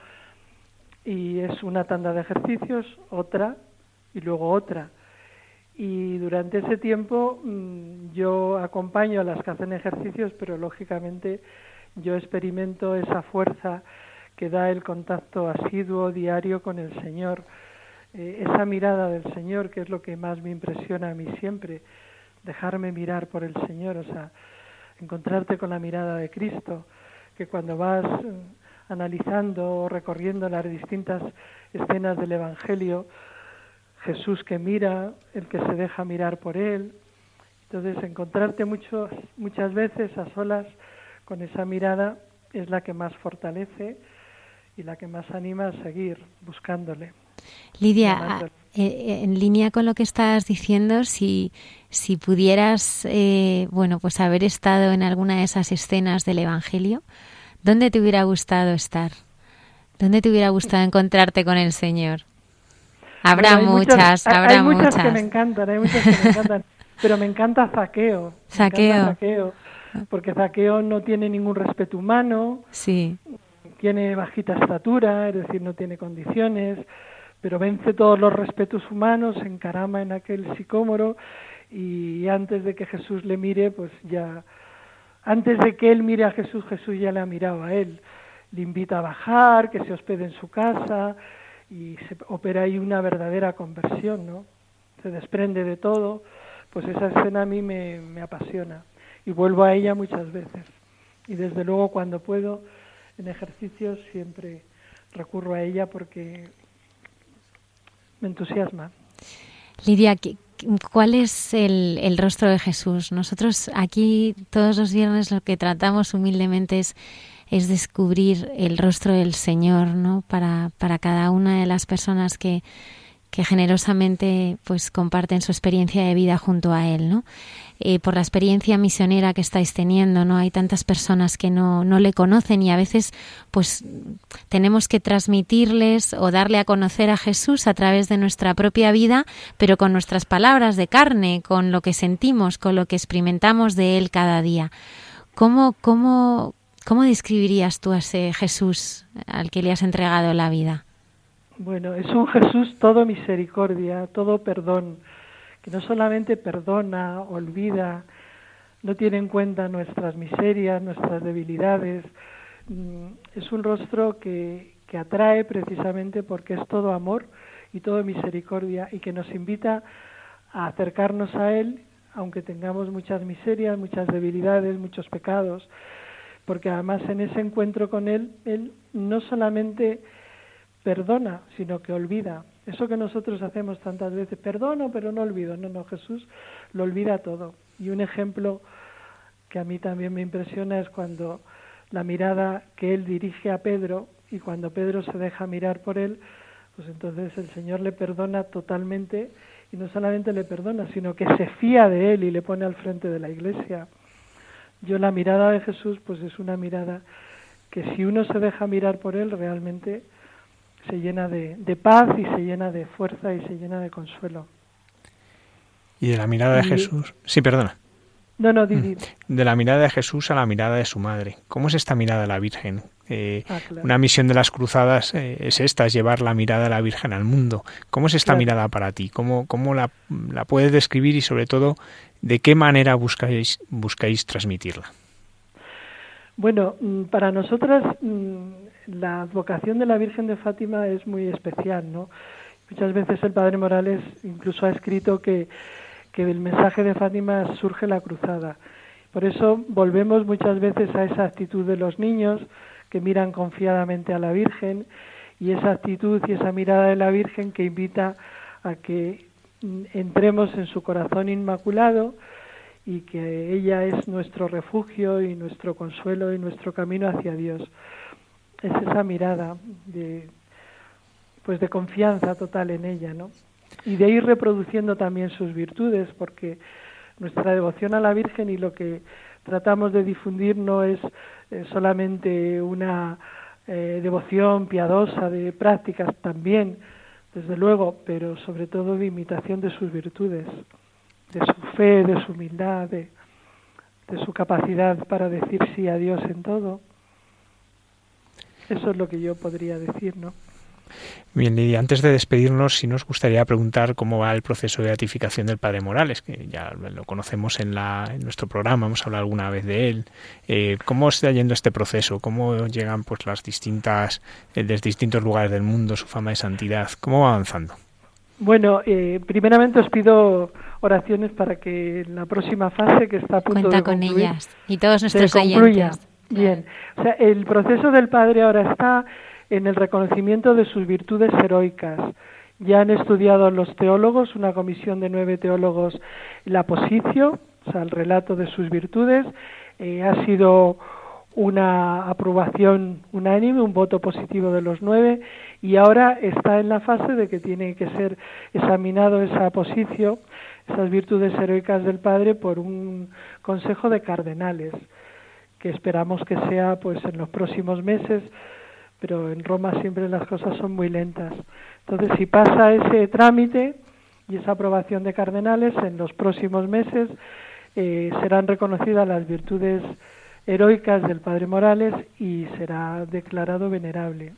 y es una tanda de ejercicios, otra, y luego otra. Y durante ese tiempo mmm, yo acompaño a las que hacen ejercicios, pero lógicamente yo experimento esa fuerza que da el contacto asiduo, diario con el Señor, eh, esa mirada del Señor, que es lo que más me impresiona a mí siempre, dejarme mirar por el Señor, o sea, encontrarte con la mirada de Cristo, que cuando vas eh, analizando o recorriendo las distintas escenas del Evangelio, Jesús que mira, el que se deja mirar por Él, Entonces, encontrarte mucho, muchas veces a solas con esa mirada es la que más fortalece y la que más anima a seguir buscándole. Lidia, eh, en línea con lo que estás diciendo, si, si pudieras, eh, bueno, pues haber estado en alguna de esas escenas del Evangelio, ¿dónde te hubiera gustado estar? ¿Dónde te hubiera gustado encontrarte con el Señor? Habrá bueno, muchas, muchas, habrá hay muchas. muchas que me encantan, hay muchas que me encantan, pero me encanta Zaqueo. Zaqueo. Me encanta Zaqueo, porque Zaqueo no tiene ningún respeto humano, sí. tiene bajita estatura, es decir, no tiene condiciones, pero vence todos los respetos humanos, se encarama en aquel sicómoro y antes de que Jesús le mire, pues ya, antes de que él mire a Jesús, Jesús ya le ha mirado a él. Le invita a bajar, que se hospede en su casa y se opera ahí una verdadera conversión, ¿no? Se desprende de todo, pues esa escena a mí me, me apasiona y vuelvo a ella muchas veces. Y desde luego cuando puedo, en ejercicios, siempre recurro a ella porque me entusiasma. Lidia, ¿cuál es el, el rostro de Jesús? Nosotros aquí todos los viernes lo que tratamos humildemente es, es descubrir el rostro del Señor, ¿no? Para, para cada una de las personas que, que generosamente pues comparten su experiencia de vida junto a Él, ¿no? Eh, por la experiencia misionera que estáis teniendo, ¿no? Hay tantas personas que no, no le conocen y a veces pues tenemos que transmitirles o darle a conocer a Jesús a través de nuestra propia vida, pero con nuestras palabras de carne, con lo que sentimos, con lo que experimentamos de Él cada día. ¿Cómo, cómo, cómo describirías tú a ese Jesús al que le has entregado la vida? Bueno, es un Jesús todo misericordia, todo perdón, que no solamente perdona, olvida, no tiene en cuenta nuestras miserias, nuestras debilidades. Es un rostro que, que atrae precisamente porque es todo amor y todo misericordia y que nos invita a acercarnos a Él, aunque tengamos muchas miserias, muchas debilidades, muchos pecados, porque además en ese encuentro con Él, Él no solamente perdona, sino que olvida. Eso que nosotros hacemos tantas veces, perdono pero no olvido. No, no, Jesús lo olvida todo. Y un ejemplo que a mí también me impresiona es cuando la mirada que Él dirige a Pedro y cuando Pedro se deja mirar por Él, pues entonces el Señor le perdona totalmente y no solamente le perdona, sino que se fía de Él y le pone al frente de la Iglesia. Yo la mirada de Jesús pues es una mirada que si uno se deja mirar por Él realmente se llena de, de paz y se llena de fuerza y se llena de consuelo. Y de la mirada de y... Jesús... Sí, perdona. No, no, Didi. De la mirada de Jesús a la mirada de su madre. ¿Cómo es esta mirada de la Virgen? Eh, ah, claro. Una misión de las cruzadas eh, es esta, es llevar la mirada de la Virgen al mundo. ¿Cómo es esta claro. mirada para ti? ¿Cómo, cómo la, la puedes describir y sobre todo de qué manera buscáis, buscáis transmitirla? Bueno, para nosotras la advocación de la Virgen de Fátima es muy especial, ¿no? Muchas veces el Padre Morales incluso ha escrito que, que del mensaje de Fátima surge la cruzada. Por eso volvemos muchas veces a esa actitud de los niños que miran confiadamente a la Virgen y esa actitud y esa mirada de la Virgen que invita a que entremos en su corazón inmaculado y que ella es nuestro refugio y nuestro consuelo y nuestro camino hacia Dios. Es esa mirada de, pues de confianza total en ella, ¿no? Y de ir reproduciendo también sus virtudes, porque nuestra devoción a la Virgen y lo que tratamos de difundir no es eh, solamente una eh, devoción piadosa de prácticas también, desde luego, pero sobre todo de imitación de sus virtudes, de su fe, de su humildad, de, de su capacidad para decir sí a Dios en todo. Eso es lo que yo podría decir, ¿no? Bien, Lidia, antes de despedirnos, sí nos gustaría preguntar cómo va el proceso de beatificación del Padre Morales, que ya lo conocemos en, la, en nuestro programa, hemos hablado alguna vez de él. Eh, ¿Cómo está yendo este proceso? ¿Cómo llegan pues las distintas, eh, desde distintos lugares del mundo, su fama de santidad? ¿Cómo va avanzando? Bueno, eh, primeramente os pido oraciones para que en la próxima fase que está a punto Cuenta de con concluir, ellas y todos nuestros se concluya. oyentes. Bien, o sea, el proceso del Padre ahora está en el reconocimiento de sus virtudes heroicas. Ya han estudiado los teólogos, una comisión de nueve teólogos, la posición, o sea, el relato de sus virtudes. Eh, ha sido una aprobación unánime, un voto positivo de los nueve, y ahora está en la fase de que tiene que ser examinado esa posición, esas virtudes heroicas del padre, por un consejo de cardenales, que esperamos que sea pues en los próximos meses, pero en Roma siempre las cosas son muy lentas. Entonces, si pasa ese trámite y esa aprobación de cardenales, en los próximos meses eh, serán reconocidas las virtudes heroicas del padre Morales y será declarado venerable.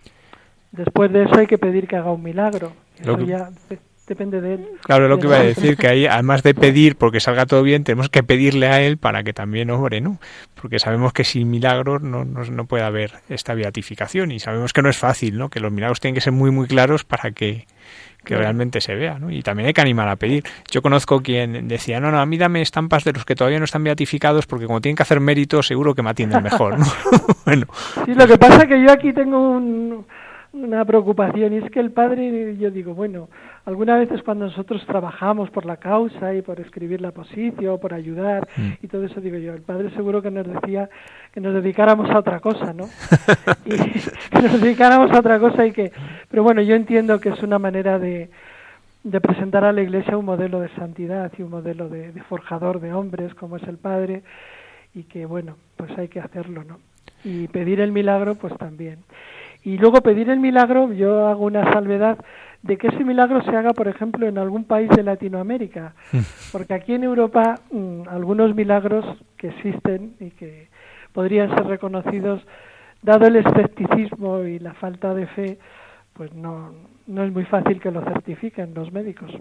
Después de eso hay que pedir que haga un milagro. Eso que... ya depende de él. Claro, lo que iba a decir, que ahí, además de pedir porque salga todo bien, tenemos que pedirle a él para que también obre, ¿no? Porque sabemos que sin milagros no, no, no puede haber esta beatificación, y sabemos que no es fácil, ¿no? Que los milagros tienen que ser muy, muy claros para que, que realmente se vea, ¿no? Y también hay que animar a pedir. Yo conozco quien decía, no, no, a mí dame estampas de los que todavía no están beatificados, porque como tienen que hacer méritos, seguro que me atienden mejor, ¿no? Bueno. Sí, lo que pasa es que yo aquí tengo un... una preocupación, y es que el padre, yo digo, bueno, algunas veces cuando nosotros trabajamos por la causa y por escribir la posición, por ayudar mm. y todo eso, digo yo, el padre seguro que nos decía que nos dedicáramos a otra cosa, ¿no? Y que nos dedicáramos a otra cosa y que, pero bueno, yo entiendo que es una manera de, de presentar a la Iglesia un modelo de santidad y un modelo de, de forjador de hombres como es el padre, y que bueno, pues hay que hacerlo, ¿no? Y pedir el milagro, pues también. Y luego pedir el milagro, yo hago una salvedad de que ese milagro se haga, por ejemplo, en algún país de Latinoamérica, porque aquí en Europa mmm, algunos milagros que existen y que podrían ser reconocidos, dado el escepticismo y la falta de fe, pues no, no es muy fácil que lo certifiquen los médicos.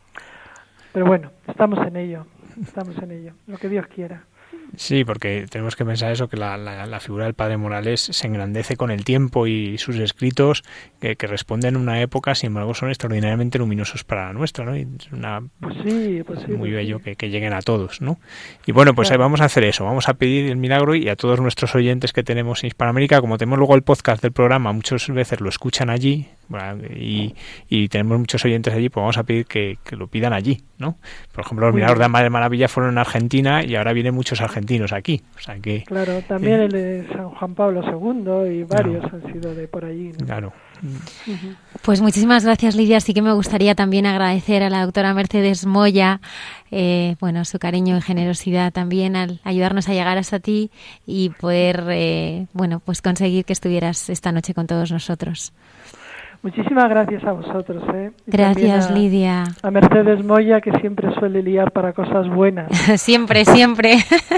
Pero bueno, estamos en ello, estamos en ello, lo que Dios quiera. Sí, porque tenemos que pensar eso, que la, la, la figura del padre Morales se engrandece con el tiempo, y sus escritos que, que responden a una época, sin embargo, son extraordinariamente luminosos para la nuestra, ¿no? Y es una, pues sí, pues sí, muy pues bello sí. que, que lleguen a todos, ¿no? Y bueno, pues claro, ahí vamos a hacer eso, vamos a pedir el milagro, y a todos nuestros oyentes que tenemos en Hispanoamérica, como tenemos luego el podcast del programa, muchas veces lo escuchan allí, bueno, y, y tenemos muchos oyentes allí, pues vamos a pedir que, que lo pidan allí, ¿no? Por ejemplo, los muy milagros bien. de Madre Maravilla fueron en Argentina, y ahora vienen muchos argentinos aquí, o sea que... Claro, también eh, el de San Juan Pablo segundo y varios claro. han sido de por allí, ¿no? Claro. Uh-huh. Pues muchísimas gracias, Lidia. Sí que me gustaría también agradecer a la doctora Mercedes Moya, eh, bueno, su cariño y generosidad también al ayudarnos a llegar hasta ti y poder, eh, bueno, pues conseguir que estuvieras esta noche con todos nosotros. Muchísimas gracias a vosotros, ¿eh? Y gracias, a, Lidia. A Mercedes Moya, que siempre suele liar para cosas buenas. siempre, siempre.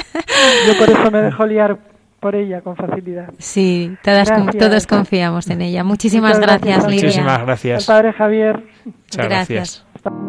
Yo por eso me dejo liar por ella con facilidad. Sí, todas, todos confiamos en ella. Muchísimas gracias, gracias, Lidia. Muchísimas gracias. Al padre Javier. Muchas gracias. gracias.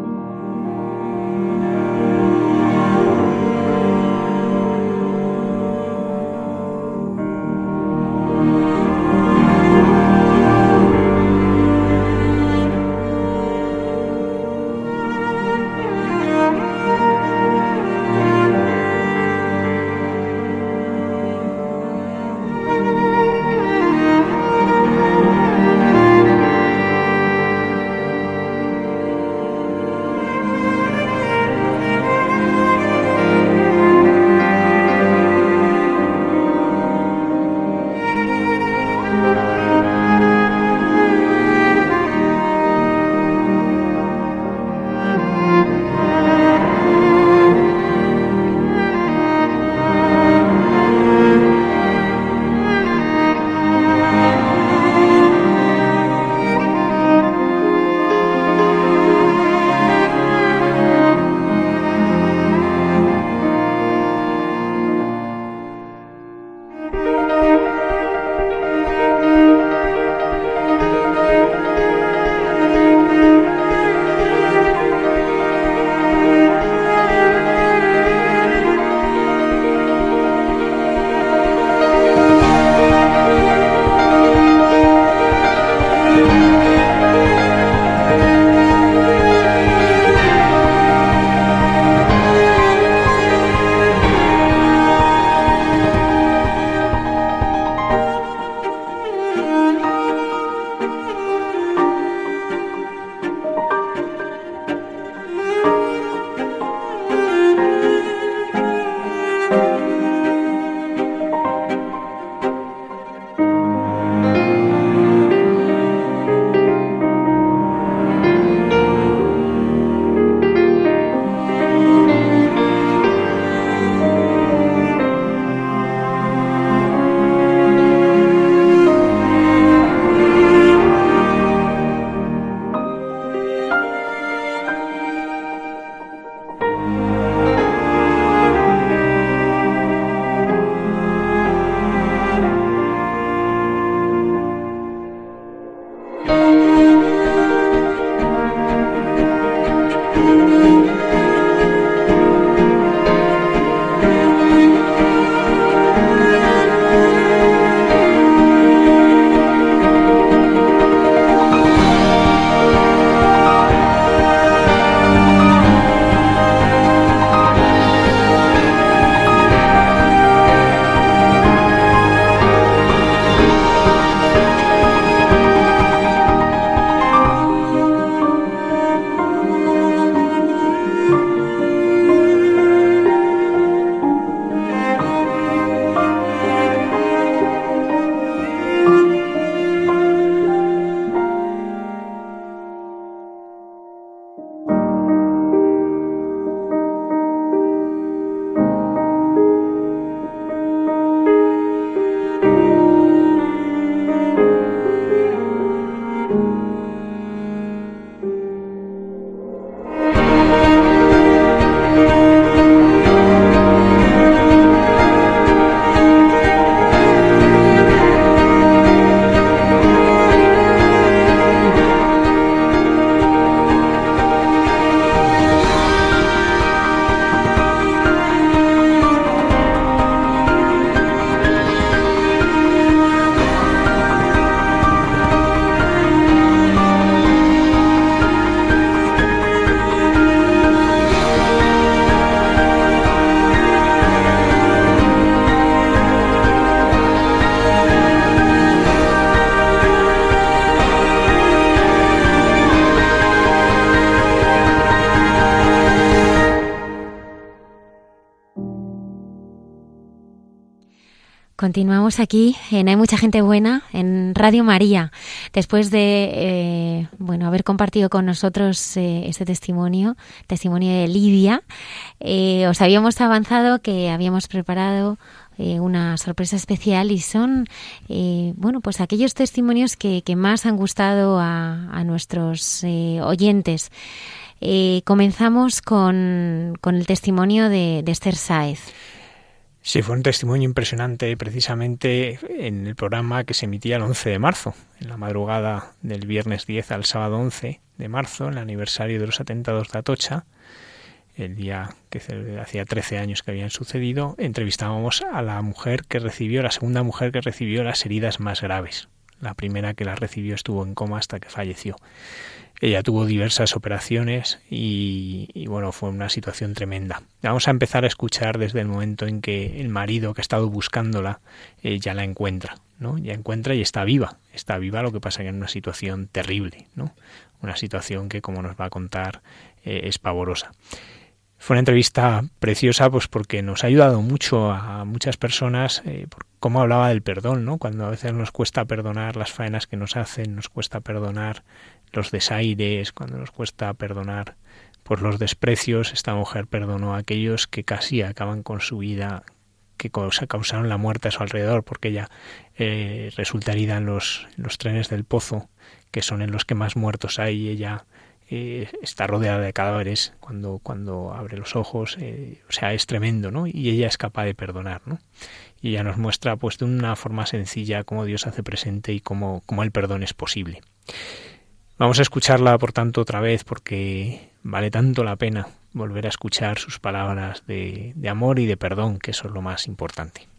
continuamos aquí en Hay mucha gente buena en Radio María. Después de eh, bueno haber compartido con nosotros eh, este testimonio, testimonio de Lidia, eh, os habíamos avanzado que habíamos preparado eh, una sorpresa especial y son eh, bueno pues aquellos testimonios que, que más han gustado a, a nuestros eh, oyentes. Eh, comenzamos con, con el testimonio de, de Esther Sáez. Sí, fue un testimonio impresionante precisamente en el programa que se emitía el once de marzo, en la madrugada del viernes diez al sábado once de marzo, en el aniversario de los atentados de Atocha, el día que hacía trece años que habían sucedido. Entrevistábamos a la mujer que recibió, la segunda mujer que recibió las heridas más graves. La primera que las recibió estuvo en coma hasta que falleció. Ella tuvo diversas operaciones y, y bueno, fue una situación tremenda. Vamos a empezar a escuchar desde el momento en que el marido que ha estado buscándola eh, ya la encuentra, ¿no? Ya encuentra y está viva. Está viva, lo que pasa que en una situación terrible, ¿no? Una situación que, como nos va a contar, eh, es pavorosa. Fue una entrevista preciosa pues porque nos ha ayudado mucho a muchas personas, eh, por cómo hablaba del perdón, ¿no? Cuando a veces nos cuesta perdonar las faenas que nos hacen, nos cuesta perdonar los desaires, cuando nos cuesta perdonar por los desprecios. Esta mujer perdonó a aquellos que casi acaban con su vida, que causaron la muerte a su alrededor, porque ella eh, resulta herida en los, en los trenes del Pozo, que son en los que más muertos hay, y ella eh, está rodeada de cadáveres cuando, cuando abre los ojos, eh, o sea, es tremendo, ¿no? Y ella es capaz de perdonar, ¿no? Y ella nos muestra pues de una forma sencilla cómo Dios hace presente y cómo, cómo el perdón es posible. Vamos a escucharla, por tanto, otra vez, porque vale tanto la pena volver a escuchar sus palabras de, de amor y de perdón, que eso es lo más importante.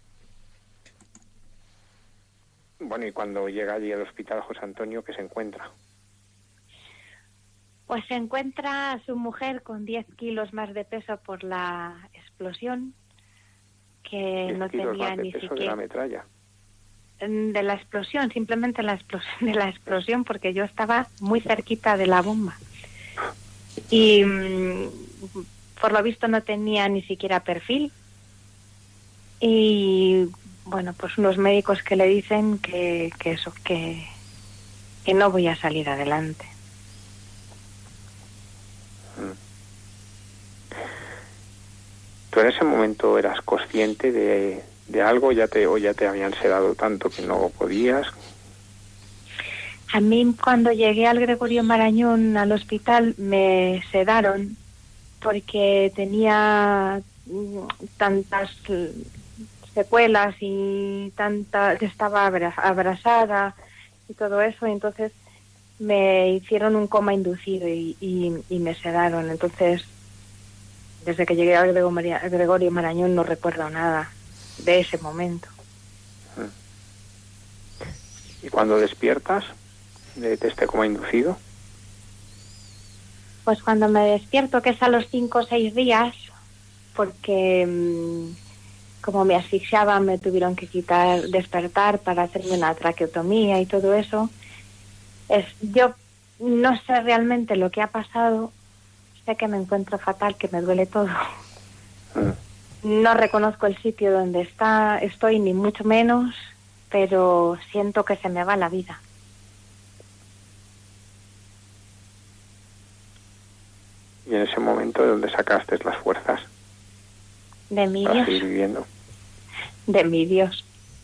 Bueno, y cuando llega allí al hospital José Antonio, ¿qué se encuentra? Pues se encuentra a su mujer con diez kilos más de peso por la explosión, que no tenía ni siquiera... de la metralla. De la explosión, simplemente la explosión, de la explosión, porque yo estaba muy cerquita de la bomba. Y por lo visto no tenía ni siquiera perfil. Y bueno, pues unos médicos que le dicen que, que eso, que, que no voy a salir adelante. ¿Tú en ese momento eras consciente de, de algo ya te, o ya te habían sedado tanto que no podías? A mí cuando llegué al Gregorio Marañón, al hospital, me sedaron porque tenía tantas secuelas y tanta, que estaba abrasada y todo eso, y entonces me hicieron un coma inducido y, y, y me sedaron. Entonces, desde que llegué al Gregorio Marañón no recuerdo nada de ese momento. ¿Y cuando despiertas de, de este coma inducido? Pues cuando me despierto, que es a los cinco o seis días, porque mmm, como me asfixiaba me tuvieron que quitar, despertar para hacerme una traqueotomía y todo eso. Es, yo no sé realmente lo que ha pasado, sé que me encuentro fatal, que me duele todo. No reconozco el sitio donde está, estoy, ni mucho menos, pero siento que se me va la vida. ¿Y en ese momento de dónde sacaste las fuerzas? De mi para Dios. seguir viviendo. De mi Dios.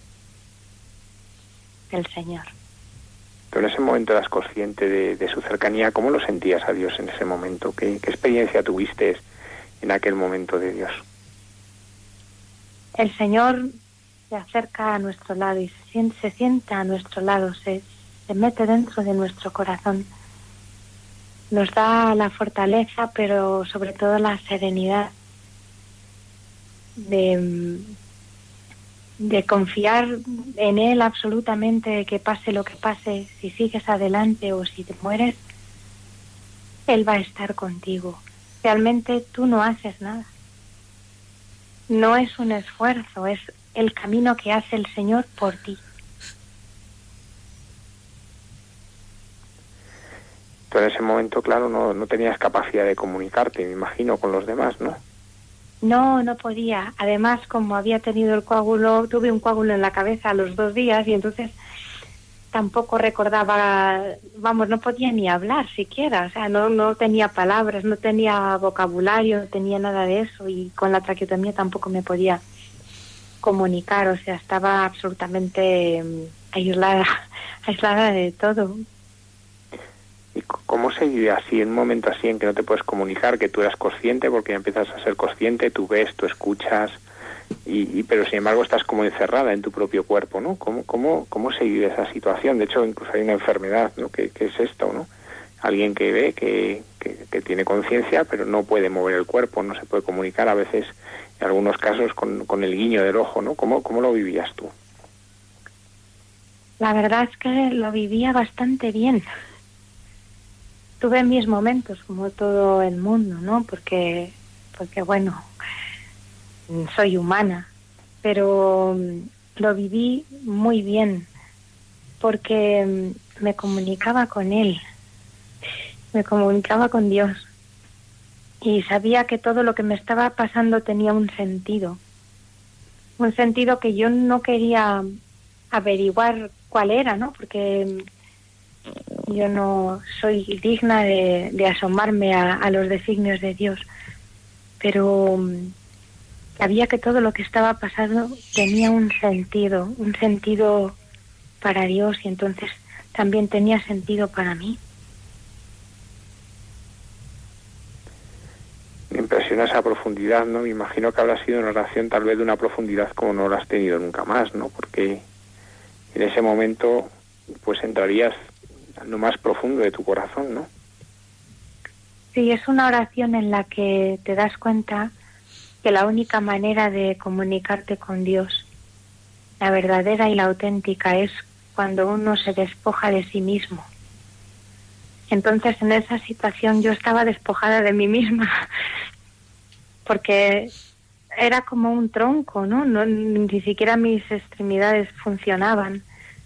Del Señor. Tú en ese momento eras consciente de, de su cercanía. ¿Cómo lo sentías a Dios en ese momento? ¿Qué, qué experiencia tuviste en aquel momento de Dios? El Señor se acerca a nuestro lado y se, siente, se sienta a nuestro lado, se, se mete dentro de nuestro corazón. Nos da la fortaleza, pero sobre todo la serenidad de, de confiar en Él absolutamente, que pase lo que pase, si sigues adelante o si te mueres, Él va a estar contigo. Realmente tú no haces nada. No es un esfuerzo, es el camino que hace el Señor por ti. Tú en ese momento, claro, no, no tenías capacidad de comunicarte, me imagino, con los demás, ¿no? No, no podía. Además, como había tenido el coágulo, tuve un coágulo en la cabeza a los dos días y entonces tampoco recordaba, vamos, no podía ni hablar siquiera, o sea, no, no tenía palabras, no tenía vocabulario, no tenía nada de eso, y con la traqueotomía tampoco me podía comunicar, o sea, estaba absolutamente um, aislada, aislada de todo. ¿Y cómo se vive así, en un momento así en que no te puedes comunicar, que tú eras consciente, porque ya empiezas a ser consciente, tú ves, tú escuchas, y, y pero sin embargo estás como encerrada en tu propio cuerpo, ¿no? ¿Cómo, cómo, cómo se vive esa situación? De hecho, incluso hay una enfermedad, ¿no? Que, que es esto, ¿no? Alguien que ve, que, que, que tiene conciencia, pero no puede mover el cuerpo, no se puede comunicar, a veces, en algunos casos, con, con el guiño del ojo, ¿no? ¿Cómo, cómo lo vivías tú? La verdad es que lo vivía bastante bien. Tuve mis momentos, como todo el mundo, ¿no? Porque, porque bueno, soy humana, pero lo viví muy bien, porque me comunicaba con él, me comunicaba con Dios, y sabía que todo lo que me estaba pasando tenía un sentido, un sentido que yo no quería averiguar cuál era, ¿no? Porque yo no soy digna de, de asomarme a, a los designios de Dios, pero sabía que todo lo que estaba pasando tenía un sentido, un sentido para Dios, y entonces también tenía sentido para mí. Me impresiona esa profundidad, ¿no? Me imagino que habrá sido una oración tal vez de una profundidad como no la has tenido nunca más, ¿no? Porque en ese momento pues entrarías en lo más profundo de tu corazón, ¿no? Sí, es una oración en la que te das cuenta que la única manera de comunicarte con Dios, la verdadera y la auténtica, es cuando uno se despoja de sí mismo. Entonces, en esa situación yo estaba despojada de mí misma, porque era como un tronco, ¿no? No, ni siquiera mis extremidades funcionaban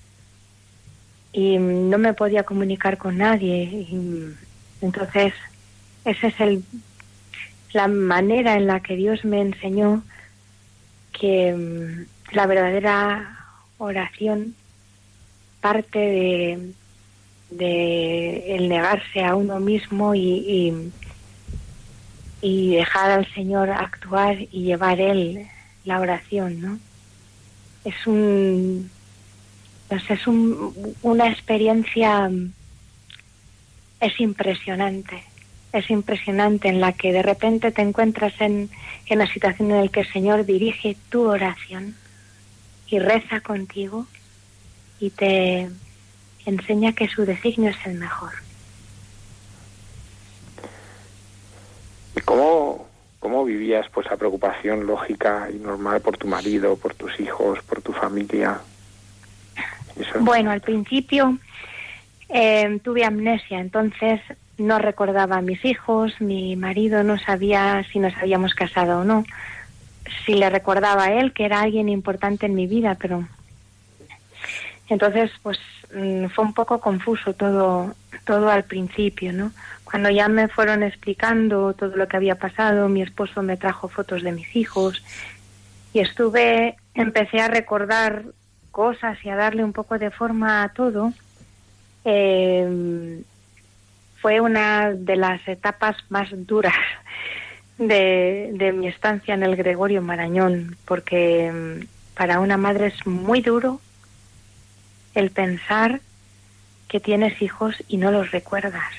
y no me podía comunicar con nadie. Y entonces, esa es el, la manera en la que Dios me enseñó que um, la verdadera oración parte de, de el negarse a uno mismo y, y, y dejar al Señor actuar y llevar Él la oración, ¿no? Es un, pues es un, una experiencia, es impresionante, es impresionante, en la que de repente te encuentras en, en la situación en la que el Señor dirige tu oración y reza contigo y te enseña que su designio es el mejor. ¿Y cómo, cómo vivías pues la preocupación lógica y normal por tu marido, por tus hijos, por tu familia? Eso. Bueno, al principio eh, tuve amnesia, entonces no recordaba a mis hijos, mi marido no sabía si nos habíamos casado o no. Sí le recordaba a él, que era alguien importante en mi vida, pero entonces pues fue un poco confuso todo, todo al principio, ¿no? Cuando ya me fueron explicando todo lo que había pasado, mi esposo me trajo fotos de mis hijos y estuve, empecé a recordar cosas y a darle un poco de forma a todo. Eh, fue una de las etapas más duras de, de mi estancia en el Gregorio Marañón, porque para una madre es muy duro el pensar que tienes hijos y no los recuerdas.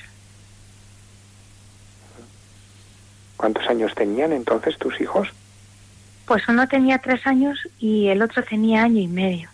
¿Cuántos años tenían entonces tus hijos? Pues uno tenía tres años y el otro tenía año y medio.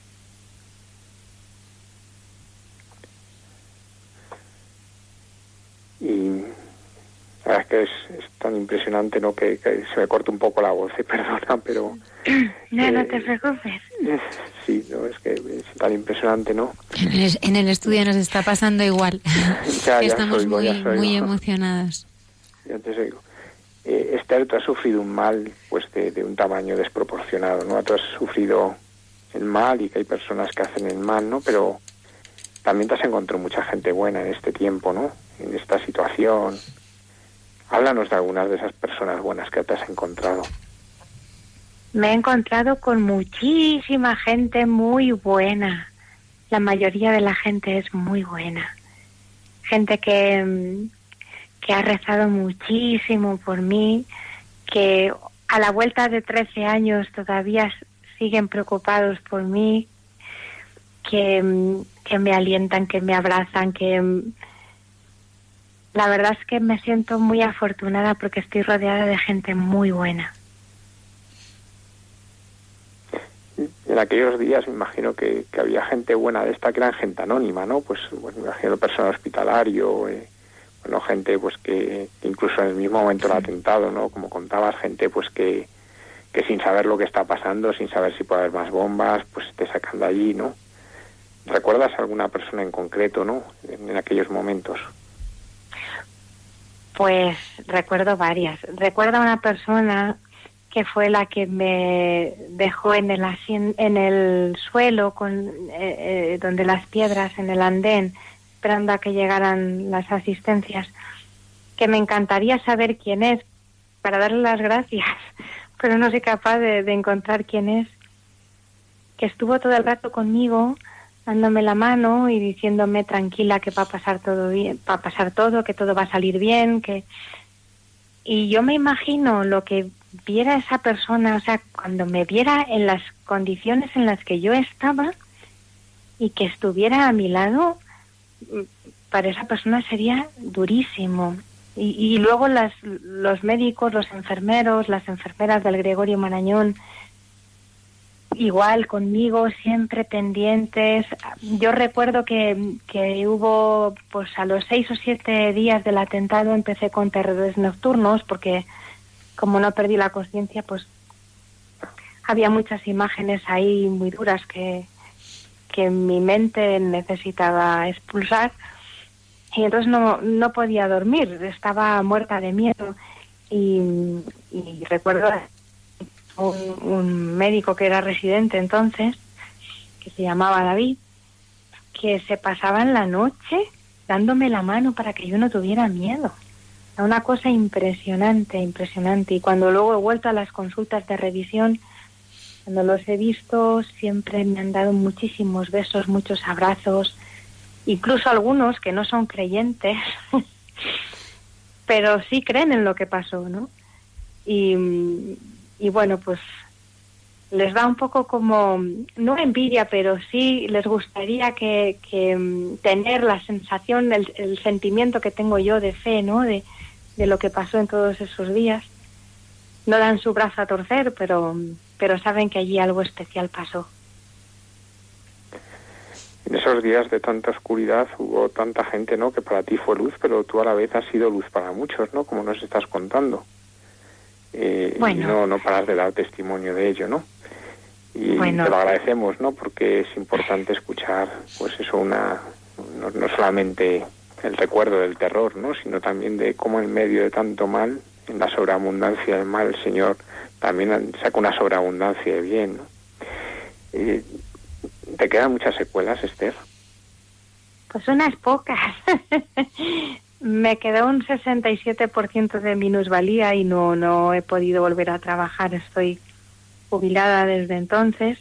Y la verdad es que es, es tan impresionante, ¿no? Que, que se me corta un poco la voz, ¿eh? Perdona, pero... No, eh, no te preocupes. Sí, no, es que es tan impresionante, ¿no? En el, en el estudio nos está pasando igual. Ya, ya Estamos soy, muy, ya soy, muy ¿no? emocionados. Ya te digo. Eh, Esther, tú has sufrido un mal pues de, de un tamaño desproporcionado, ¿no? Tú has sufrido el mal y que hay personas que hacen el mal, ¿no? Pero también te has encontrado mucha gente buena en este tiempo, ¿no? En esta situación. Háblanos de algunas de esas personas buenas que te has encontrado. Me he encontrado con muchísima gente muy buena. La mayoría de la gente es muy buena. Gente que, que ha rezado muchísimo por mí, que a la vuelta de trece años todavía siguen preocupados por mí, que, que me alientan, que me abrazan, que... La verdad es que me siento muy afortunada porque estoy rodeada de gente muy buena. En aquellos días me imagino que, que había gente buena de esta que eran gente anónima, ¿no? Pues, pues me imagino personal hospitalario, eh, bueno, gente pues que incluso en el mismo momento del atentado, ¿no? Como contabas, gente pues que, que sin saber lo que está pasando, sin saber si puede haber más bombas, pues te sacan de allí, ¿no? ¿Recuerdas alguna persona en concreto, ¿no? En, en aquellos momentos. Pues recuerdo varias. Recuerdo a una persona que fue la que me dejó en el asien- en el suelo con eh, eh, donde las piedras en el andén, esperando a que llegaran las asistencias, que me encantaría saber quién es para darle las gracias, pero no soy capaz de, de encontrar quién es, que estuvo todo el rato conmigo dándome la mano y diciéndome tranquila que va a pasar todo bien, va a pasar todo, que todo va a salir bien, que y yo me imagino lo que viera esa persona, o sea, cuando me viera en las condiciones en las que yo estaba y que estuviera a mi lado, para esa persona sería durísimo. Y, y luego las, los médicos, los enfermeros, las enfermeras del Gregorio Marañón, igual conmigo, siempre pendientes. Yo recuerdo que, que hubo, pues a los seis o siete días del atentado empecé con terrores nocturnos porque como no perdí la conciencia, pues había muchas imágenes ahí muy duras que, que mi mente necesitaba expulsar y entonces no, no podía dormir, estaba muerta de miedo y, y recuerdo un, un médico que era residente entonces, que se llamaba David, que se pasaba en la noche dándome la mano para que yo no tuviera miedo. Una cosa impresionante, impresionante. Y cuando luego he vuelto a las consultas de revisión, cuando los he visto, siempre me han dado muchísimos besos, muchos abrazos, incluso algunos que no son creyentes, pero sí creen en lo que pasó, ¿no? Y, y bueno, pues les da un poco como, no envidia, pero sí les gustaría que, que tener la sensación, el, el sentimiento que tengo yo de fe, ¿no? De, de lo que pasó en todos esos días. No dan su brazo a torcer, pero, pero saben que allí algo especial pasó. En esos días de tanta oscuridad hubo tanta gente, ¿no? Que para ti fue luz, pero tú a la vez has sido luz para muchos, ¿no? Como nos estás contando. Eh, bueno. Y no, no paras de dar testimonio de ello, ¿no? Y bueno, te lo agradecemos, ¿no? Porque es importante escuchar, pues eso, una no, no solamente el recuerdo del terror, ¿no? Sino también de cómo en medio de tanto mal, en la sobreabundancia del mal, el Señor también saca una sobreabundancia de bien, ¿no? Eh, ¿Te quedan muchas secuelas, Esther? Pues unas pocas. Me quedó un sesenta y siete por ciento de minusvalía y no, no he podido volver a trabajar. Estoy jubilada desde entonces.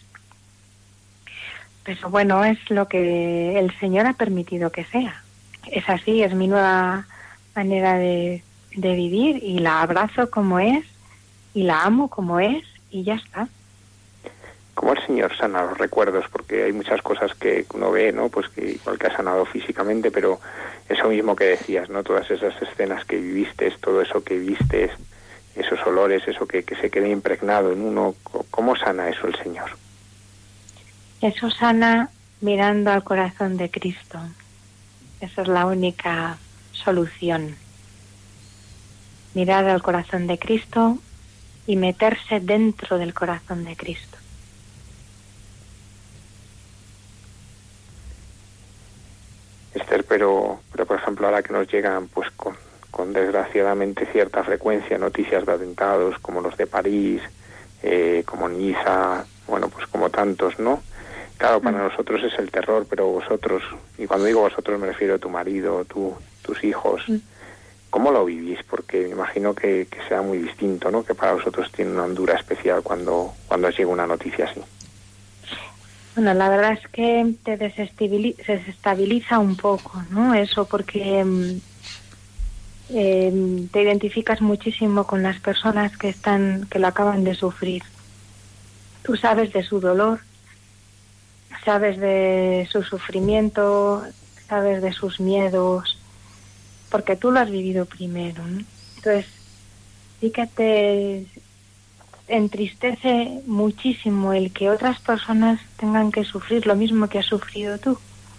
Pero bueno, es lo que el Señor ha permitido que sea. Es así, es mi nueva manera de, de vivir y la abrazo como es y la amo como es y ya está. ¿Cómo el Señor sana los recuerdos? Porque hay muchas cosas que uno ve, ¿no? Pues que igual que ha sanado físicamente, pero eso mismo que decías, ¿no? Todas esas escenas que viviste, todo eso que viste, esos olores, eso que, que se queda impregnado en uno, ¿cómo sana eso el Señor? Eso sana mirando al corazón de Cristo. Esa es la única solución. Mirar al corazón de Cristo y meterse dentro del corazón de Cristo. Esther, pero, pero por ejemplo ahora que nos llegan pues con, con desgraciadamente cierta frecuencia noticias de atentados como los de París, eh, como Niza, bueno pues como tantos, ¿no? Claro, para mm. nosotros es el terror, pero vosotros, y cuando digo vosotros me refiero a tu marido, tu, tus hijos, mm. ¿Cómo lo vivís? Porque me imagino que, que sea muy distinto, ¿no? Que para vosotros tiene una hondura especial cuando, cuando os llega una noticia así. Bueno, la verdad es que te desestabiliza, se desestabiliza un poco, ¿no? Eso porque eh, te identificas muchísimo con las personas que están, que lo acaban de sufrir. Tú sabes de su dolor, sabes de su sufrimiento, sabes de sus miedos, porque tú lo has vivido primero, ¿no? Entonces, sí que te entristece muchísimo el que otras personas tengan que sufrir lo mismo que has sufrido tú.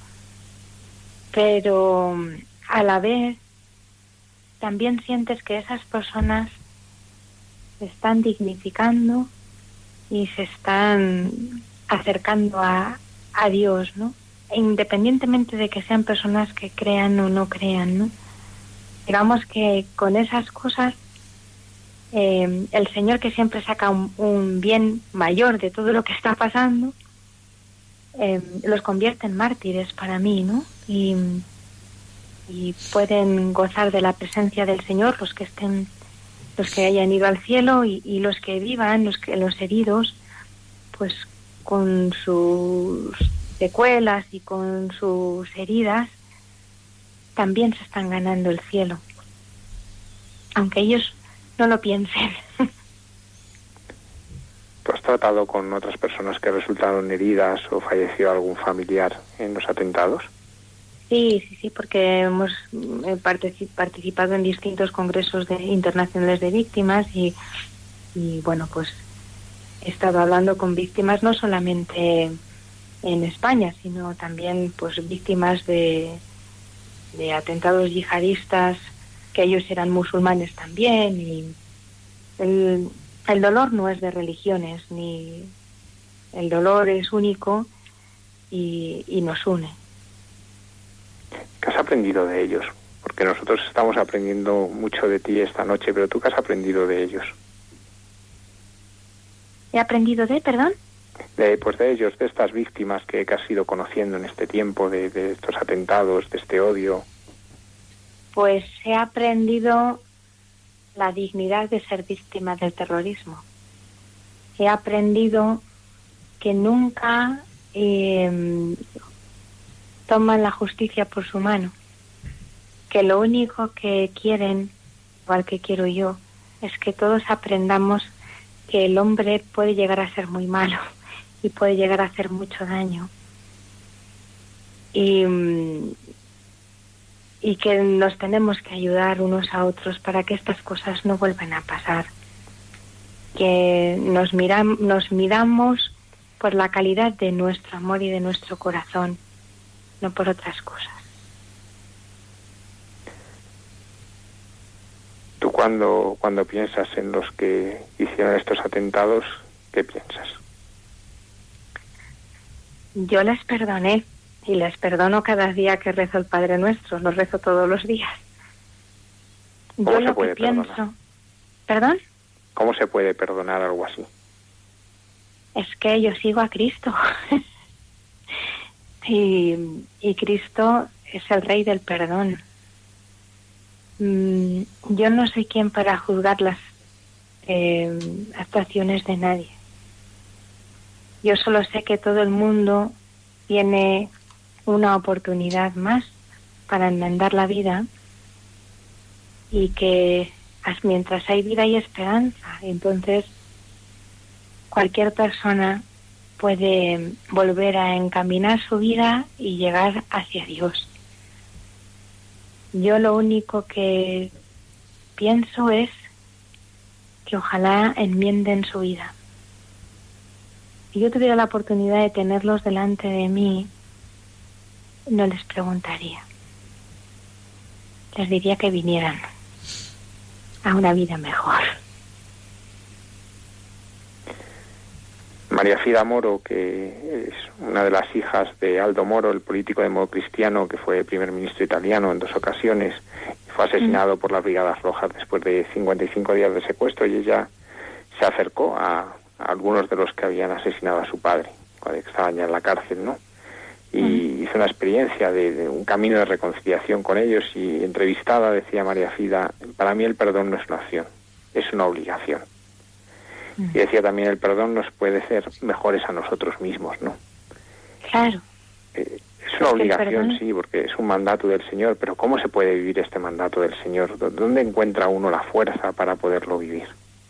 Pero a la vez también sientes que esas personas se están dignificando y se están acercando a, a Dios, ¿no? Independientemente de que sean personas que crean o no crean, ¿no? Digamos que con esas cosas eh, el Señor, que siempre saca un, un bien mayor de todo lo que está pasando, eh, los convierte en mártires para mí, ¿no? Y, y pueden gozar de la presencia del Señor los que estén, los que hayan ido al cielo, y, y los que vivan, los que los heridos, pues con sus secuelas y con sus heridas, también se están ganando el cielo, aunque ellos no lo piensen. ¿Tú has tratado con otras personas que resultaron heridas o falleció algún familiar en los atentados? Sí, sí, sí, porque hemos eh, particip- participado en distintos congresos de, internacionales de víctimas y, y, bueno, pues he estado hablando con víctimas no solamente en España, sino también pues víctimas de de atentados yihadistas, que ellos eran musulmanes también, y el, el dolor no es de religiones, ni el dolor es único y, y nos une. ¿Qué has aprendido de ellos? Porque nosotros estamos aprendiendo mucho de ti esta noche, pero ¿tú qué has aprendido de ellos? ¿He aprendido de, perdón? De, pues de ellos, de estas víctimas que, que has ido conociendo en este tiempo, de, de estos atentados, de este odio. Pues he aprendido la dignidad de ser víctima del terrorismo. He aprendido que nunca eh, toman la justicia por su mano, que lo único que quieren, igual que quiero yo, es que todos aprendamos que el hombre puede llegar a ser muy malo y puede llegar a hacer mucho daño, y, y que nos tenemos que ayudar unos a otros para que estas cosas no vuelvan a pasar, que nos miram, nos miramos por la calidad de nuestro amor y de nuestro corazón, no por otras cosas. Tú cuando, cuando piensas en los que hicieron estos atentados, ¿qué piensas? Yo les perdoné y les perdono cada día que rezo el Padre Nuestro, lo rezo todos los días. ¿Cómo Yo se lo puede que pienso, perdonar? ¿Perdón? ¿Cómo se puede perdonar algo así? Es que yo sigo a Cristo y, y Cristo es el Rey del perdón. Mm, yo no soy quien para juzgar las eh, actuaciones de nadie. Yo solo sé que todo el mundo tiene una oportunidad más para enmendar la vida, y que mientras hay vida hay esperanza. Entonces cualquier persona puede volver a encaminar su vida y llegar hacia Dios. Yo lo único que pienso es que ojalá enmienden su vida. Si yo tuviera la oportunidad de tenerlos delante de mí, no les preguntaría. Les diría que vinieran a una vida mejor. María Fida Moro, que es una de las hijas de Aldo Moro, el político democristiano que fue primer ministro italiano en dos ocasiones, fue asesinado mm. por las Brigadas Rojas después de cincuenta y cinco días de secuestro, y ella se acercó a a algunos de los que habían asesinado a su padre cuando estaban ya en la cárcel, ¿no? Y mm. hice una experiencia de, de un camino de reconciliación con ellos y entrevistada decía María Fida, para mí el perdón no es una opción, es una obligación. Mm. Y decía también, el perdón nos puede hacer mejores a nosotros mismos, ¿no? Claro. Eh, es una obligación, sí, porque es un mandato del Señor, pero ¿cómo se puede vivir este mandato del Señor? ¿Dónde encuentra uno la fuerza para poderlo vivir?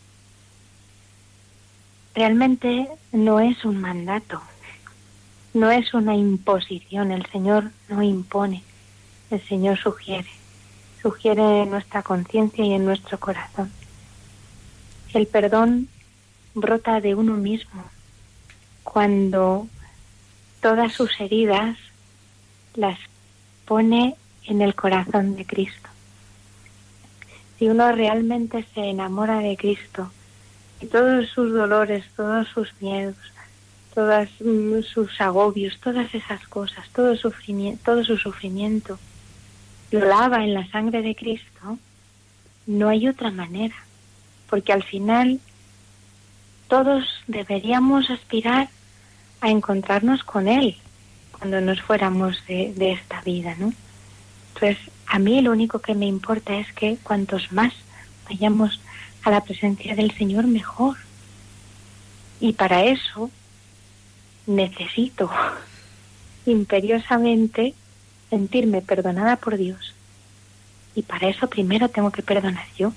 Realmente no es un mandato, no es una imposición, el Señor no impone, el Señor sugiere, sugiere en nuestra conciencia y en nuestro corazón. El perdón brota de uno mismo, cuando todas sus heridas las pone en el corazón de Cristo. Si uno realmente se enamora de Cristo, y todos sus dolores, todos sus miedos, todos sus agobios, todas esas cosas, todo sufrimiento, todo su sufrimiento, lo lava en la sangre de Cristo, no hay otra manera, porque al final todos deberíamos aspirar a encontrarnos con Él cuando nos fuéramos de, de esta vida, ¿no? Entonces, a mí lo único que me importa es que cuantos más vayamos a la presencia del Señor, mejor. Y para eso necesito imperiosamente sentirme perdonada por Dios. Y para eso primero tengo que perdonar yo.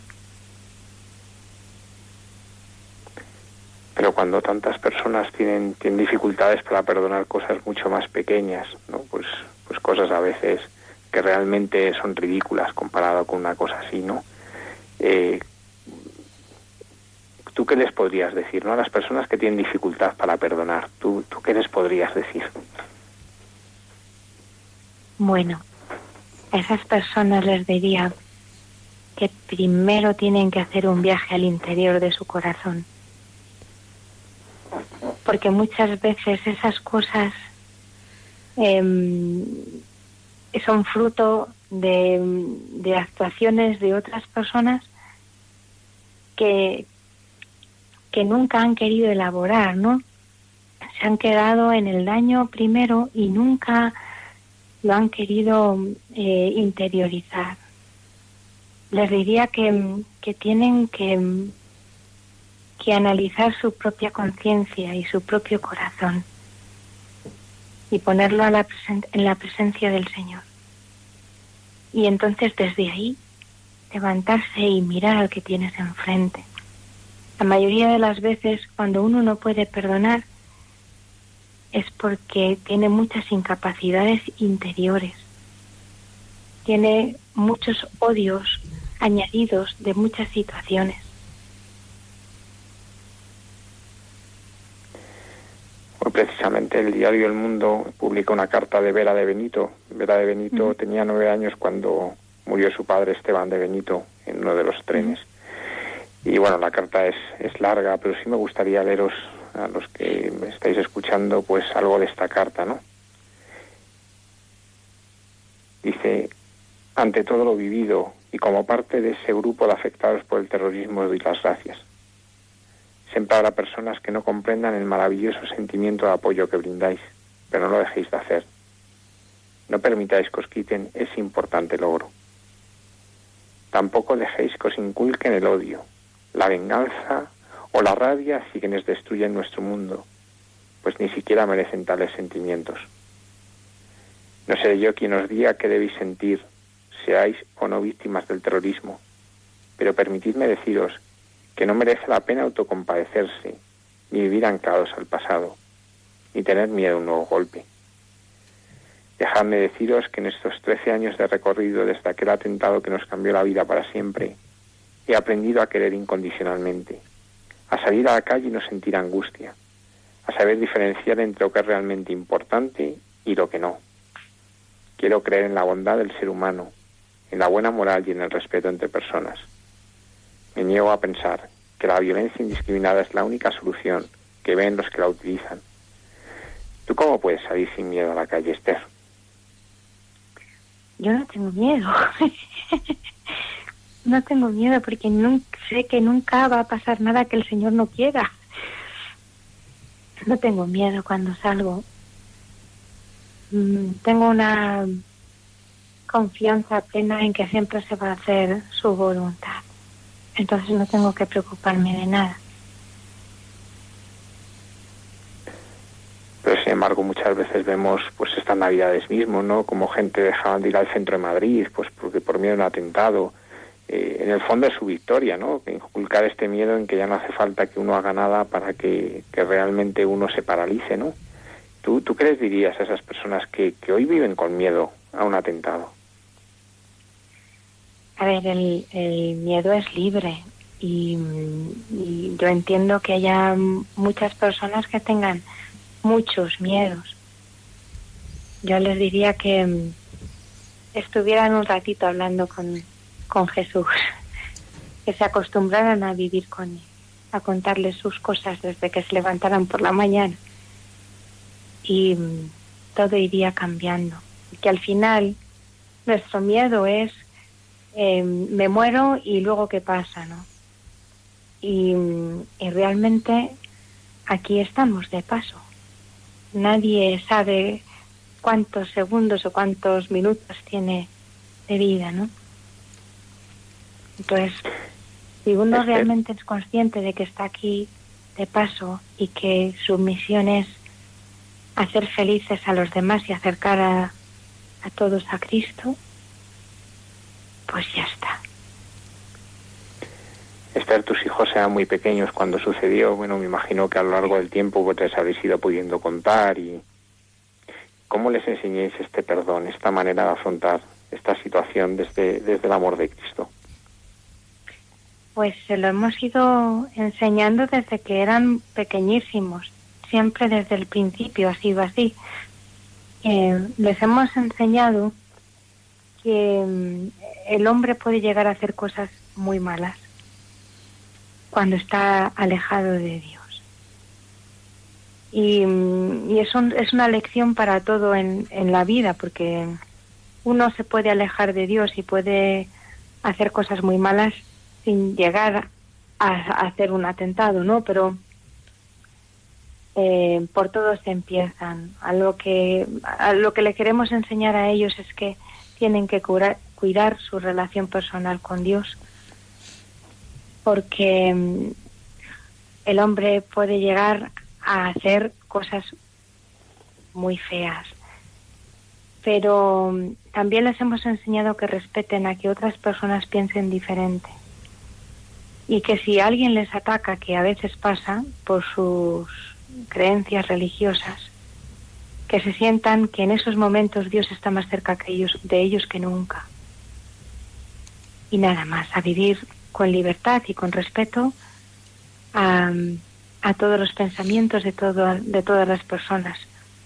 Pero cuando tantas personas tienen, tienen dificultades para perdonar cosas mucho más pequeñas, ¿no? Pues, pues cosas a veces que realmente son ridículas comparado con una cosa así, ¿no? Eh, ¿Tú qué les podrías decir, no? A las personas que tienen dificultad para perdonar, ¿tú, tú qué les podrías decir? Bueno, a esas personas les diría que primero tienen que hacer un viaje al interior de su corazón. Porque muchas veces esas cosas eh, son fruto de, de actuaciones de otras personas que que nunca han querido elaborar, ¿no? Se han quedado en el daño primero y nunca lo han querido eh, interiorizar. Les diría que, que tienen que, que analizar su propia conciencia y su propio corazón y ponerlo a la presen- en la presencia del Señor. Y entonces desde ahí levantarse y mirar al que tienes enfrente. La mayoría de las veces cuando uno no puede perdonar es porque tiene muchas incapacidades interiores, tiene muchos odios añadidos de muchas situaciones. Hoy precisamente el diario El Mundo publica una carta de Vera de Benito. Vera de Benito uh-huh. tenía nueve años cuando murió su padre Esteban de Benito en uno de los trenes. Uh-huh. Y bueno, la carta es, es larga, pero sí me gustaría leeros a los que me estáis escuchando pues algo de esta carta, ¿no? Dice, ante todo lo vivido y como parte de ese grupo de afectados por el terrorismo doy las gracias. Siempre habrá personas que no comprendan el maravilloso sentimiento de apoyo que brindáis, pero no lo dejéis de hacer. No permitáis que os quiten ese importante logro. Tampoco dejéis que os inculquen el odio, la venganza o la rabia hacia quienes destruyen nuestro mundo, pues ni siquiera merecen tales sentimientos. No seré yo quien os diga qué debéis sentir, seáis o no víctimas del terrorismo, pero permitidme deciros que no merece la pena autocompadecerse, ni vivir anclados al pasado, ni tener miedo a un nuevo golpe. Dejadme deciros que en estos trece años de recorrido desde aquel atentado que nos cambió la vida para siempre, he aprendido a querer incondicionalmente, a salir a la calle y no sentir angustia, a saber diferenciar entre lo que es realmente importante y lo que no. Quiero creer en la bondad del ser humano, en la buena moral y en el respeto entre personas. Me niego a pensar que la violencia indiscriminada es la única solución que ven los que la utilizan. ¿Tú cómo puedes salir sin miedo a la calle, Esther? Yo no tengo miedo. No tengo miedo porque nunca, sé que nunca va a pasar nada que el Señor no quiera. No tengo miedo cuando salgo. mm, tengo una confianza plena en que siempre se va a hacer su voluntad. Entonces no tengo que preocuparme de nada. Pero sin embargo muchas veces vemos, pues estas navidades mismo, ¿no? Como gente dejaban de ir al centro de Madrid, pues porque por miedo a un atentado. Eh, en el fondo es su victoria, ¿no? Inculcar este miedo en que ya no hace falta que uno haga nada para que, que realmente uno se paralice, ¿no? ¿Tú, tú qué les dirías a esas personas que, que hoy viven con miedo a un atentado? A ver, el, el miedo es libre y, y yo entiendo que haya muchas personas que tengan muchos miedos. Yo les diría que estuvieran un ratito hablando con, con Jesús, que se acostumbraran a vivir con él, a contarles sus cosas desde que se levantaran por la mañana y todo iría cambiando. Que al final nuestro miedo es eh, me muero y luego qué pasa, ¿no? Y, y realmente aquí estamos de paso. Nadie sabe cuántos segundos o cuántos minutos tiene de vida, ¿no? Entonces, si uno realmente es consciente de que está aquí de paso y que su misión es hacer felices a los demás y acercar a, a todos a Cristo, pues ya está. Esther, tus hijos eran muy pequeños cuando sucedió. Bueno, me imagino que a lo largo del tiempo vos les habéis ido pudiendo contar. Y ¿cómo les enseñáis este perdón, esta manera de afrontar esta situación desde, desde el amor de Cristo? Pues se lo hemos ido enseñando desde que eran pequeñísimos. Siempre desde el principio ha sido así. Eh, les hemos enseñado que mm, el hombre puede llegar a hacer cosas muy malas cuando está alejado de Dios. Y, y es, un, es una lección para todo en, en la vida, porque uno se puede alejar de Dios y puede hacer cosas muy malas sin llegar a, a hacer un atentado, ¿no? Pero eh, por todo se empiezan. A lo que, a lo que le queremos enseñar a ellos es que tienen que curar, cuidar su relación personal con Dios, porque el hombre puede llegar a hacer cosas muy feas. Pero también les hemos enseñado que respeten a que otras personas piensen diferente. Y que si alguien les ataca, que a veces pasa por sus creencias religiosas, que se sientan que en esos momentos Dios está más cerca que ellos, de ellos que nunca. Y nada más, a vivir con libertad y con respeto a, a todos los pensamientos de, todo, de todas las personas.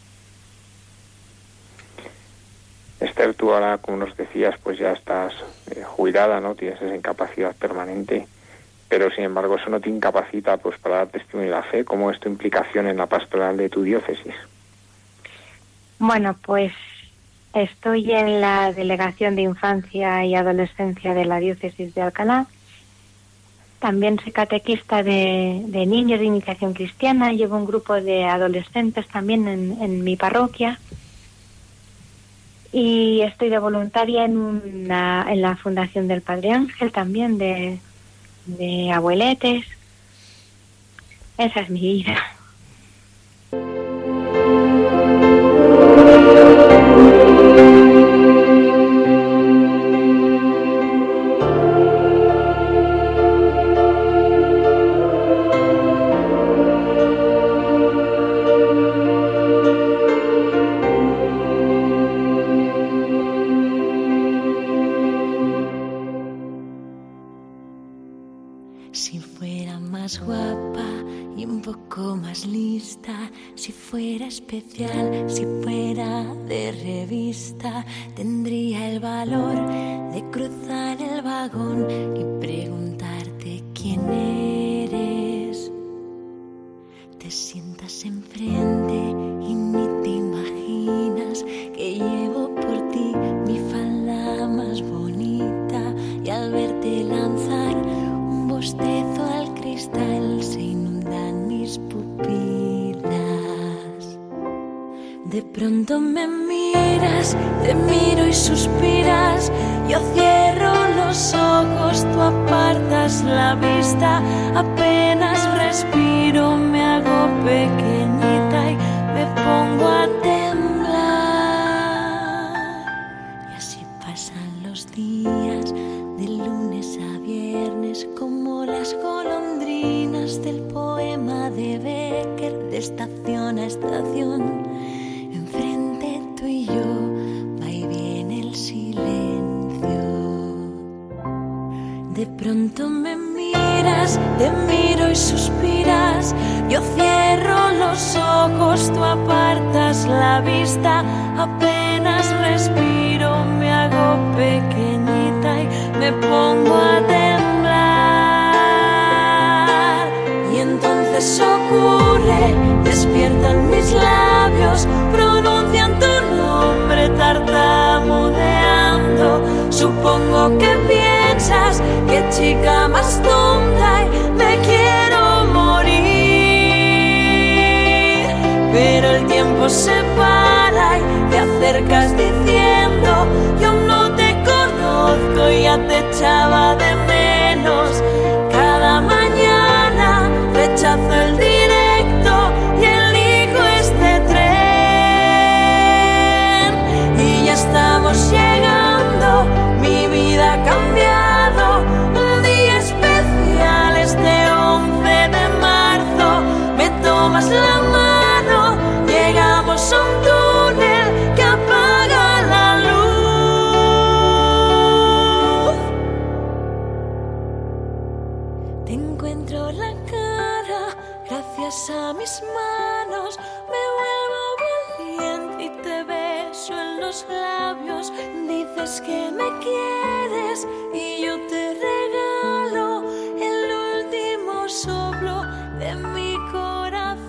Esther, tú ahora, como nos decías, pues ya estás eh, jubilada, ¿no? Tienes esa incapacidad permanente, pero sin embargo eso no te incapacita pues para dar testimonio de la fe. ¿Cómo es tu implicación en la pastoral de tu diócesis? Bueno, pues estoy en la Delegación de Infancia y Adolescencia de la Diócesis de Alcalá. También soy catequista de, de niños de iniciación cristiana. Llevo un grupo de adolescentes también en, en mi parroquia. Y estoy de voluntaria en, una, en la Fundación del Padre Ángel también, de, de abueletes. Esa es mi vida. Si fuera más guapa y un poco más lista, si fuera especial, si fuera de revista, tendría el valor de cruzar el vagón y preguntarte quién eres. Te sientas enfrente y ni te imaginas que llevo por ti mi falda más bonita, y al verte lanzar un bostezo al cristal se inundan mis pupilas. De pronto me miras miras, te miro y suspiras. Yo cierro los ojos, tú apartas la vista. Apenas respiro, me hago pequeñita y me pongo a temblar. Y así pasan los días, de lunes a viernes, como las golondrinas del poema de Becker, de estación a estación. Enfrente tú y yo, va y viene el silencio. De pronto me miras, te miro y suspiras. Yo cierro los ojos, tú apartas la vista. Apenas respiro, me hago pequeñita y me pongo a temblar. Y entonces ocurre, despiertan mis labios, pronuncian tu nombre tartamudeando. Supongo que piensas, qué chica más tonta, y me quiero morir. Pero el tiempo se para y te acercas diciendo: yo no te conozco, ya te echaba de menos. Cada mañana rechazo el directo y elijo este tren. Y ya estamos llegando, mi vida ha cambiado. Un día especial, este once de marzo. Me tomas la mano, llegamos a un túnel que apaga la luz. Te encuentro la cara, gracias a mis manos. Me vuelvo valiente y te beso en los labios. Dices que me quieres y yo te regalo el último soplo de mi corazón.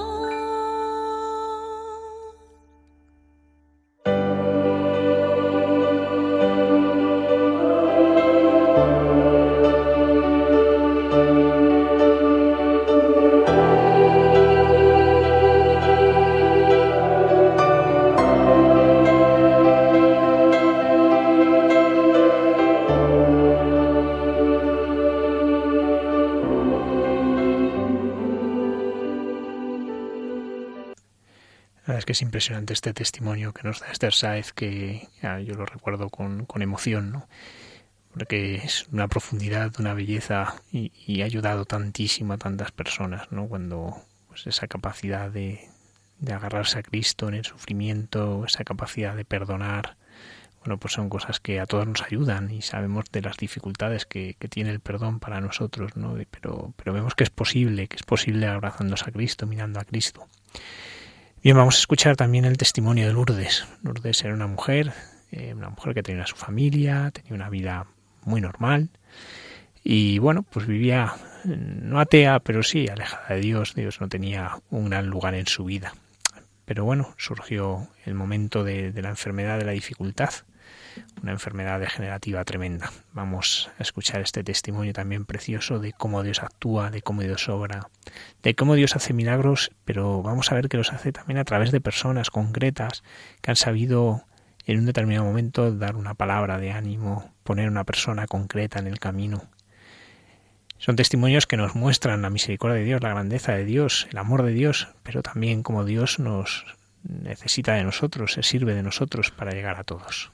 Es que es impresionante este testimonio que nos da Esther Sáez, que ya, yo lo recuerdo con, con emoción, ¿no? Porque es una profundidad, una belleza y, y ha ayudado tantísimo a tantas personas, ¿no? Cuando pues, esa capacidad de, de agarrarse a Cristo en el sufrimiento, esa capacidad de perdonar, bueno, pues son cosas que a todos nos ayudan y sabemos de las dificultades que, que tiene el perdón para nosotros, ¿no? Pero, pero vemos que es posible, que es posible abrazándose a Cristo, mirando a Cristo. Bien, vamos a escuchar también el testimonio de Lourdes. Lourdes era una mujer, eh, una mujer que tenía su familia, tenía una vida muy normal y bueno, pues vivía no atea, pero sí alejada de Dios. Dios no tenía un gran lugar en su vida. Pero bueno, surgió el momento de, de la enfermedad, de la dificultad, una enfermedad degenerativa tremenda. Vamos a escuchar este testimonio también precioso de cómo Dios actúa, de cómo Dios obra, de cómo Dios hace milagros, pero vamos a ver que los hace también a través de personas concretas que han sabido en un determinado momento dar una palabra de ánimo, poner una persona concreta en el camino. Son testimonios que nos muestran la misericordia de Dios, la grandeza de Dios, el amor de Dios, pero también cómo Dios nos necesita de nosotros, se sirve de nosotros para llegar a todos.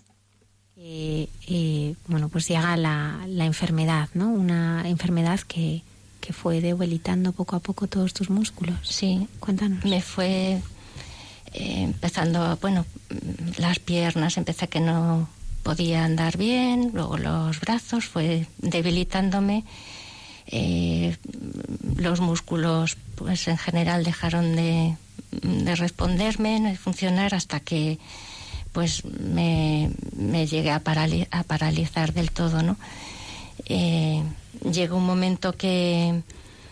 Y, y bueno, pues llega la, la enfermedad, ¿no? Una enfermedad que, que fue debilitando poco a poco todos tus músculos. Sí, cuéntanos. Me fue eh, empezando, bueno, las piernas, empecé que no podía andar bien, luego los brazos, fue debilitándome. Eh, los músculos, pues en general dejaron de, de responderme, de funcionar, hasta que pues me, me llegué a, parali- a paralizar del todo, ¿no? Eh, llegó un momento que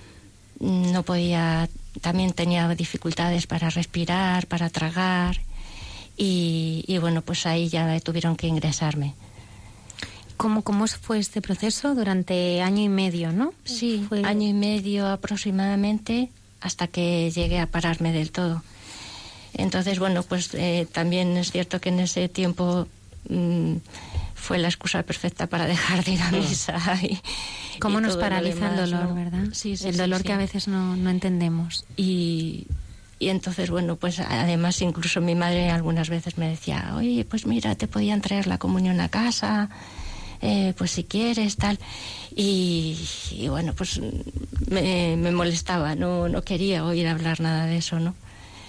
no podía, también tenía dificultades para respirar, para tragar, y, y bueno, pues ahí ya tuvieron que ingresarme. ¿Cómo, ¿Cómo fue este proceso? Durante año y medio, ¿no? Sí, fue... año y medio aproximadamente, hasta que llegué a pararme del todo. Entonces, bueno, pues eh, también es cierto que en ese tiempo mmm, fue la excusa perfecta para dejar de ir a misa. Y, ¿Cómo y nos todo paraliza demás, el dolor, ¿no? verdad? Sí, sí, el sí, dolor sí. que a veces no, no entendemos. Y, y entonces, bueno, pues además incluso mi madre algunas veces me decía, oye, pues mira, te podían traer la comunión a casa, eh, pues si quieres, tal. Y, y bueno, pues me, me molestaba, no, no quería oír hablar nada de eso, ¿no?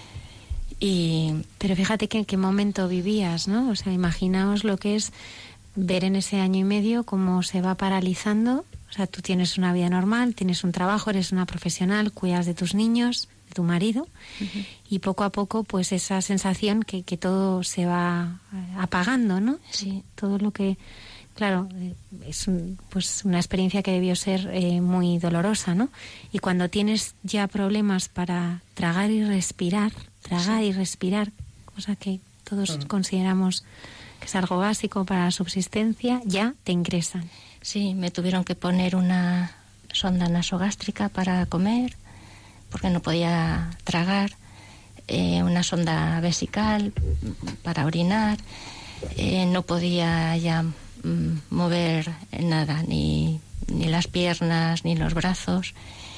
Y... Pero fíjate que en qué momento vivías, ¿no? O sea, imaginaos lo que es ver en ese año y medio cómo se va paralizando. O sea, tú tienes una vida normal, tienes un trabajo, eres una profesional, cuidas de tus niños, de tu marido, uh-huh. y poco a poco, pues esa sensación que, que todo se va apagando, ¿no? Sí. Todo lo que... Claro, es un, pues una experiencia que debió ser eh, muy dolorosa, ¿no? Y cuando tienes ya problemas para tragar y respirar, tragar sí. y respirar, cosa que todos uh-huh. consideramos que es algo básico para la subsistencia, ya te ingresan. Sí, me tuvieron que poner una sonda nasogástrica para comer, porque no podía tragar, eh, una sonda vesical para orinar, eh, no podía ya mm, mover nada, ni, ni las piernas, ni los brazos,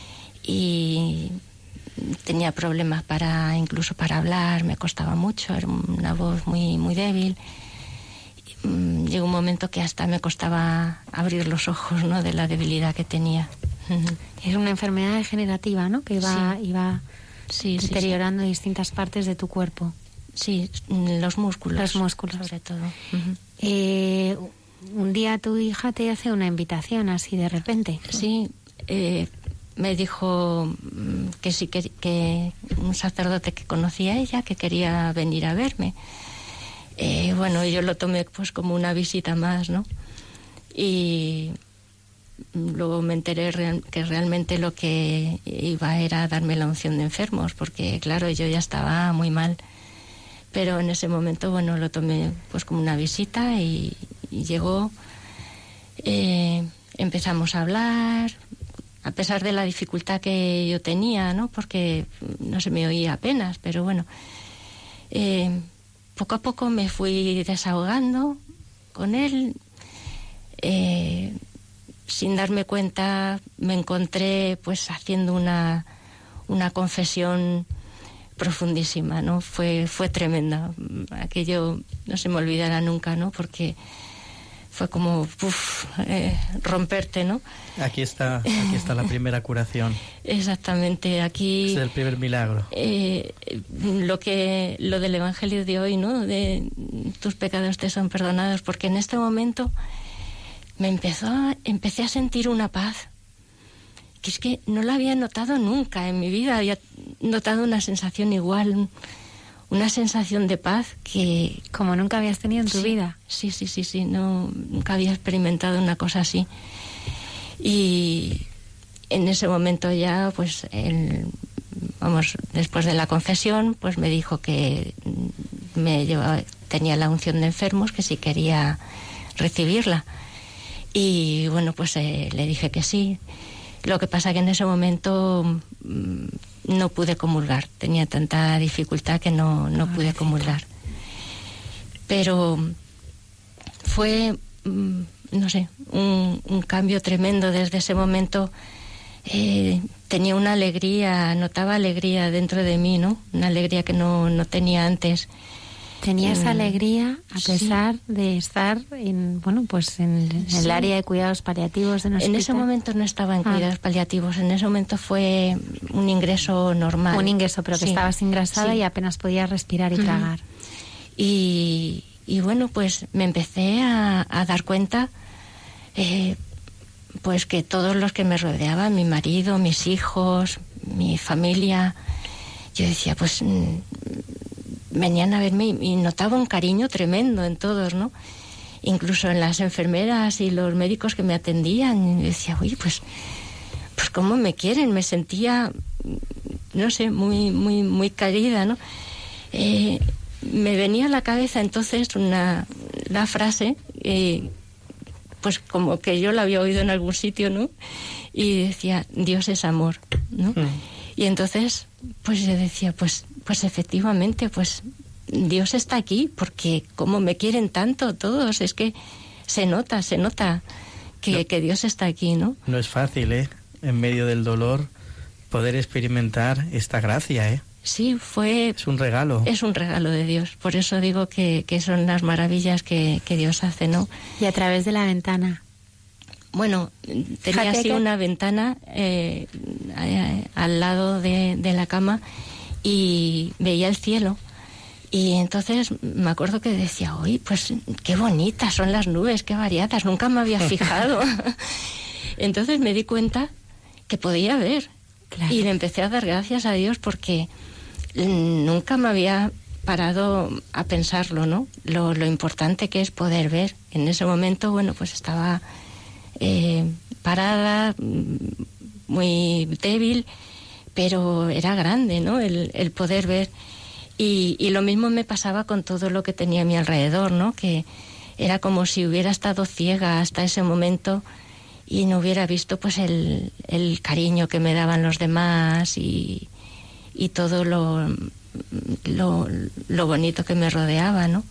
y tenía problemas para incluso para hablar, me costaba mucho, era una voz muy, muy débil. Llegó un momento que hasta me costaba abrir los ojos, ¿no?, de la debilidad que tenía. Es una enfermedad degenerativa, ¿no?, que iba, sí. iba sí, deteriorando sí, sí. distintas partes de tu cuerpo. Sí, los músculos. Los músculos. Sobre todo. Uh-huh. Eh, un día tu hija te hace una invitación así de repente. Sí, eh, me dijo que sí, que, que un sacerdote que conocía a ella, que quería venir a verme. Eh, bueno, yo lo tomé pues como una visita más, ¿no? Y luego me enteré real, que realmente lo que iba era darme la unción de enfermos, porque claro, yo ya estaba muy mal. Pero en ese momento, bueno, lo tomé pues como una visita y, y llegó, eh, empezamos a hablar, a pesar de la dificultad que yo tenía, ¿no? Porque no se me oía apenas, pero bueno... Eh, Poco a poco me fui desahogando con él. Eh, sin darme cuenta me encontré pues haciendo una, una confesión profundísima, ¿no? Fue, fue tremenda. Aquello no se me olvidará nunca, ¿no? Porque fue como uf, eh, romperte, ¿no? Aquí está, aquí está la primera curación. Exactamente, aquí... Es el primer milagro. Eh, lo que lo del Evangelio de hoy, ¿no? De tus pecados te son perdonados, porque en este momento me empezó a, empecé a sentir una paz que es que no la había notado nunca en mi vida. Había notado una sensación igual, una sensación de paz que... Como nunca habías tenido en tu sí, vida. Sí, sí, sí, sí, no, nunca había experimentado una cosa así. Y en ese momento ya, pues, el, vamos, después de la confesión, pues me dijo que me llevaba, tenía la unción de enfermos, que si quería recibirla. Y bueno, pues eh, le dije que sí. Lo que pasa que en ese momento mmm, no pude comulgar, tenía tanta dificultad que no, no pude Pobrecita. comulgar. Pero fue, mmm, no sé, un, un cambio tremendo. Desde ese momento eh, tenía una alegría, notaba alegría dentro de mí, ¿no? Una alegría que no, no tenía antes. Tenía esa Mm, alegría a pesar sí. de estar en, bueno, pues en, en Sí. el área de cuidados paliativos de un En hospital. ese momento no estaba en Ah. cuidados paliativos, en ese momento fue un ingreso normal. Un ingreso, pero que Sí. estabas ingresada Sí. y apenas podías respirar y Ujú. tragar. Y, y bueno, pues me empecé a, a dar cuenta, eh, pues que todos los que me rodeaban, mi marido, mis hijos, mi familia, yo decía, pues mm, venían a verme y, y notaba un cariño tremendo en todos, ¿no? Incluso en las enfermeras y los médicos que me atendían. Y decía, oye, pues, pues cómo me quieren. Me sentía, no sé, muy, muy, muy querida, ¿no? Eh, me venía a la cabeza entonces una la frase, eh, pues como que yo la había oído en algún sitio, ¿no? Y decía, Dios es amor, ¿no? Mm. Y entonces, pues yo decía, pues pues efectivamente, pues Dios está aquí, porque como me quieren tanto todos, es que se nota, se nota que, no, que Dios está aquí, ¿no? No es fácil, ¿eh? En medio del dolor, poder experimentar esta gracia, ¿eh? Sí, fue... Es un regalo. Es un regalo de Dios. Por eso digo que, que son las maravillas que, que Dios hace, ¿no? Y a través de la ventana. Bueno, tenía así que... una ventana eh, al lado de, de la cama y veía el cielo. Y entonces me acuerdo que decía, uy, pues qué bonitas son las nubes, qué variadas, nunca me había fijado. Entonces me di cuenta que podía ver. Claro. Y le empecé a dar gracias a Dios porque nunca me había parado a pensarlo, ¿no? Lo, lo importante que es poder ver. En ese momento, bueno, pues estaba eh, parada, muy débil, pero era grande, ¿no? El, el poder ver. Y, y lo mismo me pasaba con todo lo que tenía a mi alrededor, ¿no? Que era como si hubiera estado ciega hasta ese momento y no hubiera visto pues el, el cariño que me daban los demás y, y todo lo, lo, lo bonito que me rodeaba, ¿no?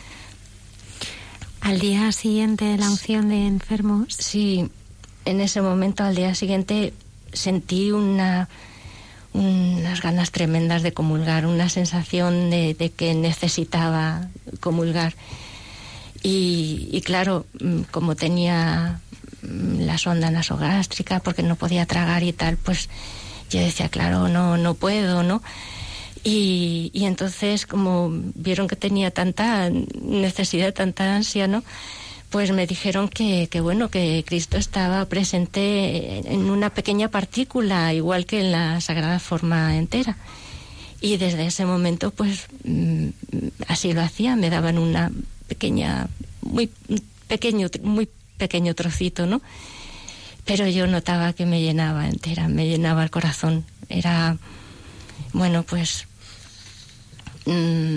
Al día siguiente de la unción de enfermos. Sí, en ese momento, al día siguiente, sentí una, unas ganas tremendas de comulgar, una sensación de, de que necesitaba comulgar. Y, y claro, como tenía la sonda nasogástrica porque no podía tragar y tal, pues yo decía, claro, no no puedo, ¿no? Y, y entonces, como vieron que tenía tanta necesidad, tanta ansia, ¿no? Pues me dijeron que, que bueno, que Cristo estaba presente en una pequeña partícula, igual que en la Sagrada Forma entera. Y desde ese momento, pues así lo hacía, me daban una pequeña, muy pequeño, muy pequeño trocito, ¿no? Pero yo notaba que me llenaba entera, me llenaba el corazón. Era, bueno, pues mmm,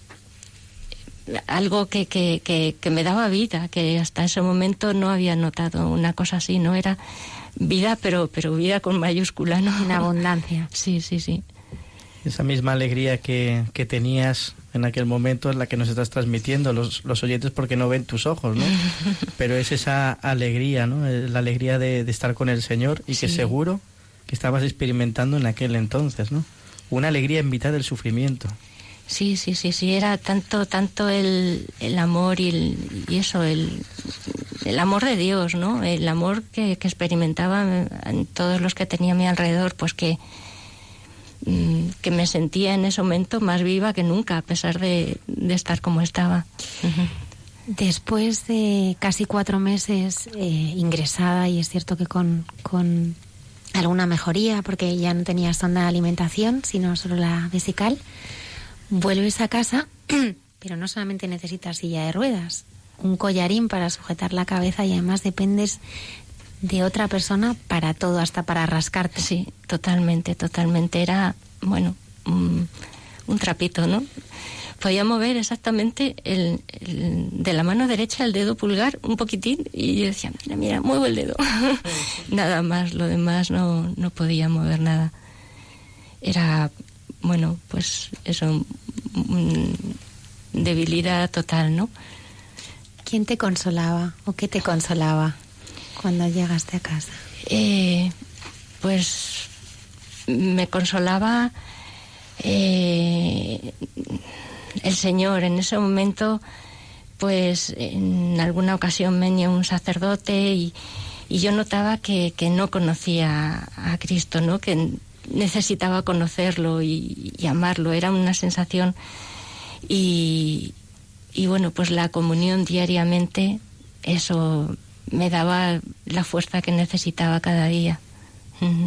algo que, que, que, que me daba vida, que hasta ese momento no había notado una cosa así, ¿no? Era vida, pero, pero vida con mayúscula, ¿no? En abundancia. Sí, sí, sí. Esa misma alegría que, que tenías en aquel momento es la que nos estás transmitiendo los, los oyentes porque no ven tus ojos, ¿no? Pero es esa alegría, ¿no? La alegría de, de estar con el Señor y sí, que seguro que estabas experimentando en aquel entonces, ¿no? Una alegría en mitad del sufrimiento. Sí, sí, sí, sí, era tanto, tanto el, el amor y, el, y eso, el, el amor de Dios, ¿no? El amor que, que experimentaba en todos los que tenía a mi alrededor, pues que que me sentía en ese momento más viva que nunca, a pesar de, de estar como estaba. Uh-huh. Después de casi cuatro meses eh, ingresada, y es cierto que con, con alguna mejoría, porque ya no tenía sonda de alimentación, sino solo la vesical, vuelves a casa, pero no solamente necesitas silla de ruedas, un collarín para sujetar la cabeza y además dependes de otra persona para todo, hasta para rascarte. Sí, totalmente, totalmente. Era, bueno, un, un trapito, ¿no? Podía mover exactamente el, el, de la mano derecha el dedo pulgar un poquitín y yo decía, mira, mira, muevo el dedo. Nada más, lo demás no, no podía mover nada. Era, bueno, pues eso, un, debilidad total, ¿no? ¿Quién te consolaba o qué te consolaba cuando llegaste a casa? Eh, pues me consolaba eh, el Señor. En ese momento, pues en alguna ocasión venía un sacerdote y, y yo notaba que, que no conocía a Cristo, ¿no? Que necesitaba conocerlo y, y amarlo. Era una sensación y, y bueno, pues la comunión diariamente, eso me daba la fuerza que necesitaba cada día. Uh-huh.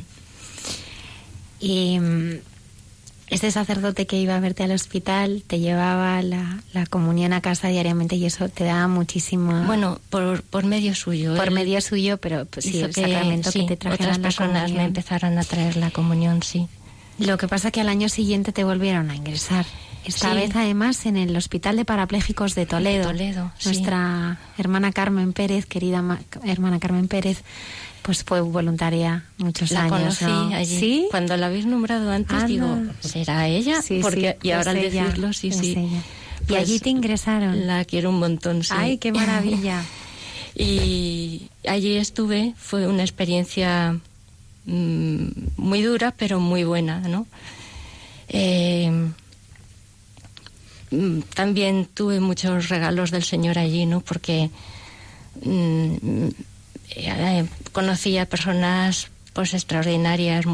Y este sacerdote que iba a verte al hospital te llevaba la, la comunión a casa diariamente y eso te daba muchísimo... Bueno, por, por medio suyo. Por medio suyo, pero pues, sí, el que, sacramento sí, que te trajeron otras personas comunión. me empezaron a traer la comunión, sí. Lo que pasa que al año siguiente te volvieron a ingresar. Esta sí. vez, además, en el Hospital de Parapléjicos de Toledo. Toledo, Nuestra sí. hermana Carmen Pérez, querida ma- hermana Carmen Pérez, pues fue voluntaria muchos la años. conocí ¿no? allí. ¿Sí? Cuando la habéis nombrado antes, Anda. digo, ¿será ella? Sí, Porque, sí, y ahora es al ella, decirlo, sí, es sí. ella. Y Pues, allí te ingresaron. La quiero un montón, sí. ¡Ay, qué maravilla! Y allí estuve, fue una experiencia mmm, muy dura, pero muy buena, ¿no? Eh, también tuve muchos regalos del Señor allí, ¿no? Porque mmm, eh, conocí a personas pues extraordinarias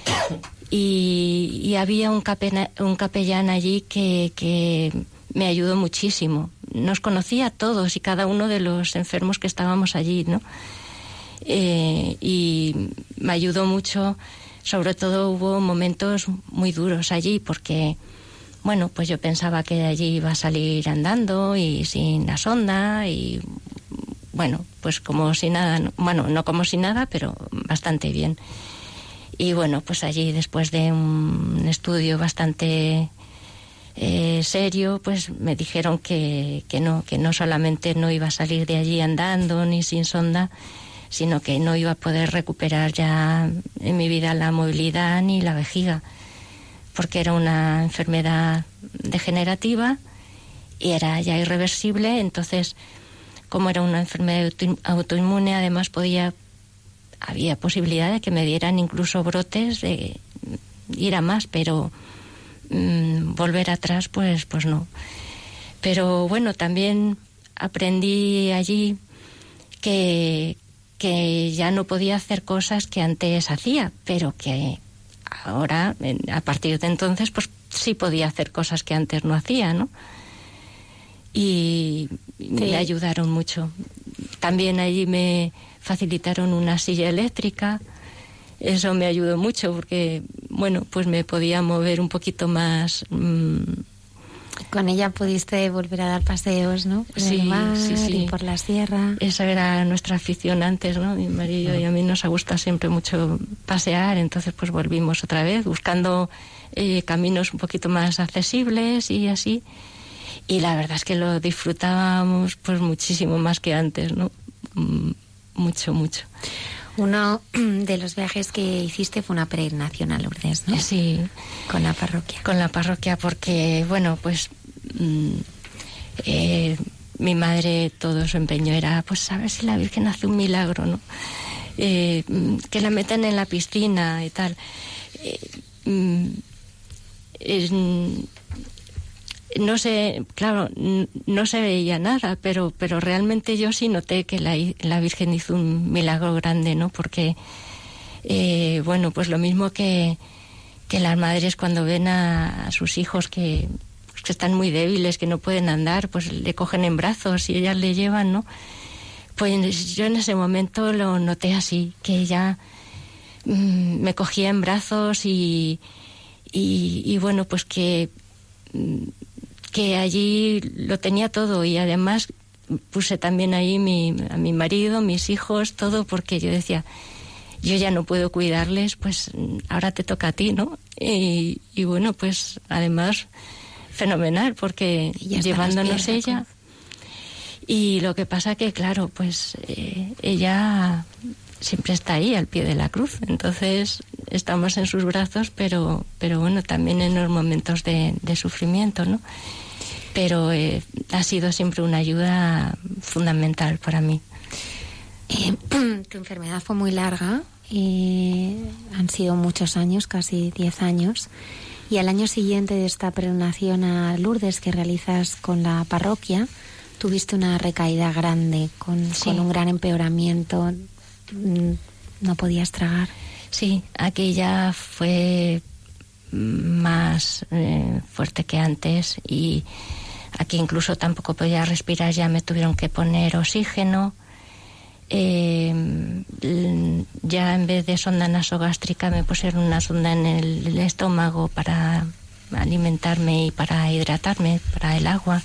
y, y había un, capena, un capellán allí que, que me ayudó muchísimo. Nos conocía a todos y cada uno de los enfermos que estábamos allí, ¿no? Eh, y me ayudó mucho. Sobre todo hubo momentos muy duros allí porque, bueno, pues yo pensaba que de allí iba a salir andando y sin la sonda y, bueno, pues como si nada, no, bueno, no como si nada, pero bastante bien. Y bueno, pues allí después de un estudio bastante eh, serio, pues me dijeron que, que no, que no solamente no iba a salir de allí andando ni sin sonda, sino que no iba a poder recuperar ya en mi vida la movilidad ni la vejiga, porque era una enfermedad degenerativa y era ya irreversible. Entonces, como era una enfermedad autoinmune, además podía, había posibilidad de que me dieran incluso brotes, de ir a más, pero mmm, volver atrás, pues, pues no. Pero bueno, también aprendí allí que que ya no podía hacer cosas que antes hacía, pero que ahora, a partir de entonces, pues sí podía hacer cosas que antes no hacía, ¿no? Y sí. Me ayudaron mucho. También allí me facilitaron una silla eléctrica. Eso me ayudó mucho porque, bueno, pues me podía mover un poquito más. Mmm, Con ella pudiste volver a dar paseos, ¿no? Por sí, el mar sí, sí. Y por la sierra. Esa era nuestra afición antes, ¿no? Mi marido y a mí nos ha gustado siempre mucho pasear, entonces pues volvimos otra vez buscando eh, caminos un poquito más accesibles y así. Y la verdad es que lo disfrutábamos pues muchísimo más que antes, ¿no? Mm, mucho, mucho. Uno de los viajes que hiciste fue una peregrinación a Lourdes, ¿no? Sí. Con la parroquia. Con la parroquia, porque, bueno, pues mmm, eh, mi madre todo su empeño era, pues, a ver si la Virgen hace un milagro, ¿no? Eh, que la metan en la piscina y tal. Eh, mmm, eh, no sé, claro, no se veía nada, pero pero realmente yo sí noté que la, la Virgen hizo un milagro grande, ¿no? Porque, eh, bueno, pues lo mismo que, que las madres cuando ven a, a sus hijos que, que están muy débiles, que no pueden andar, pues le cogen en brazos y ellas le llevan, ¿no? Pues yo en ese momento lo noté así, que ella mmm, me cogía en brazos y, y, y bueno, pues que... Mmm, que allí lo tenía todo y además puse también ahí mi, a mi marido, mis hijos, todo, porque yo decía, yo ya no puedo cuidarles, pues ahora te toca a ti, ¿no? Y, y bueno, pues además fenomenal, porque llevándonos ella. Y lo que pasa que, claro, pues eh, ella siempre está ahí al pie de la cruz, entonces estamos en sus brazos, pero, pero bueno, también en los momentos de, de sufrimiento, ¿no? Pero eh, ha sido siempre una ayuda fundamental para mí. Eh, tu enfermedad fue muy larga, y han sido muchos años, casi diez años, y al año siguiente de esta peregrinación a Lourdes que realizas con la parroquia, tuviste una recaída grande, con, sí. con un gran empeoramiento, no podías tragar. Sí, aquella fue más eh, fuerte que antes y aquí incluso tampoco podía respirar, ya me tuvieron que poner oxígeno. Eh, ya en vez de sonda nasogástrica me pusieron una sonda en el, el estómago para alimentarme y para hidratarme, para el agua.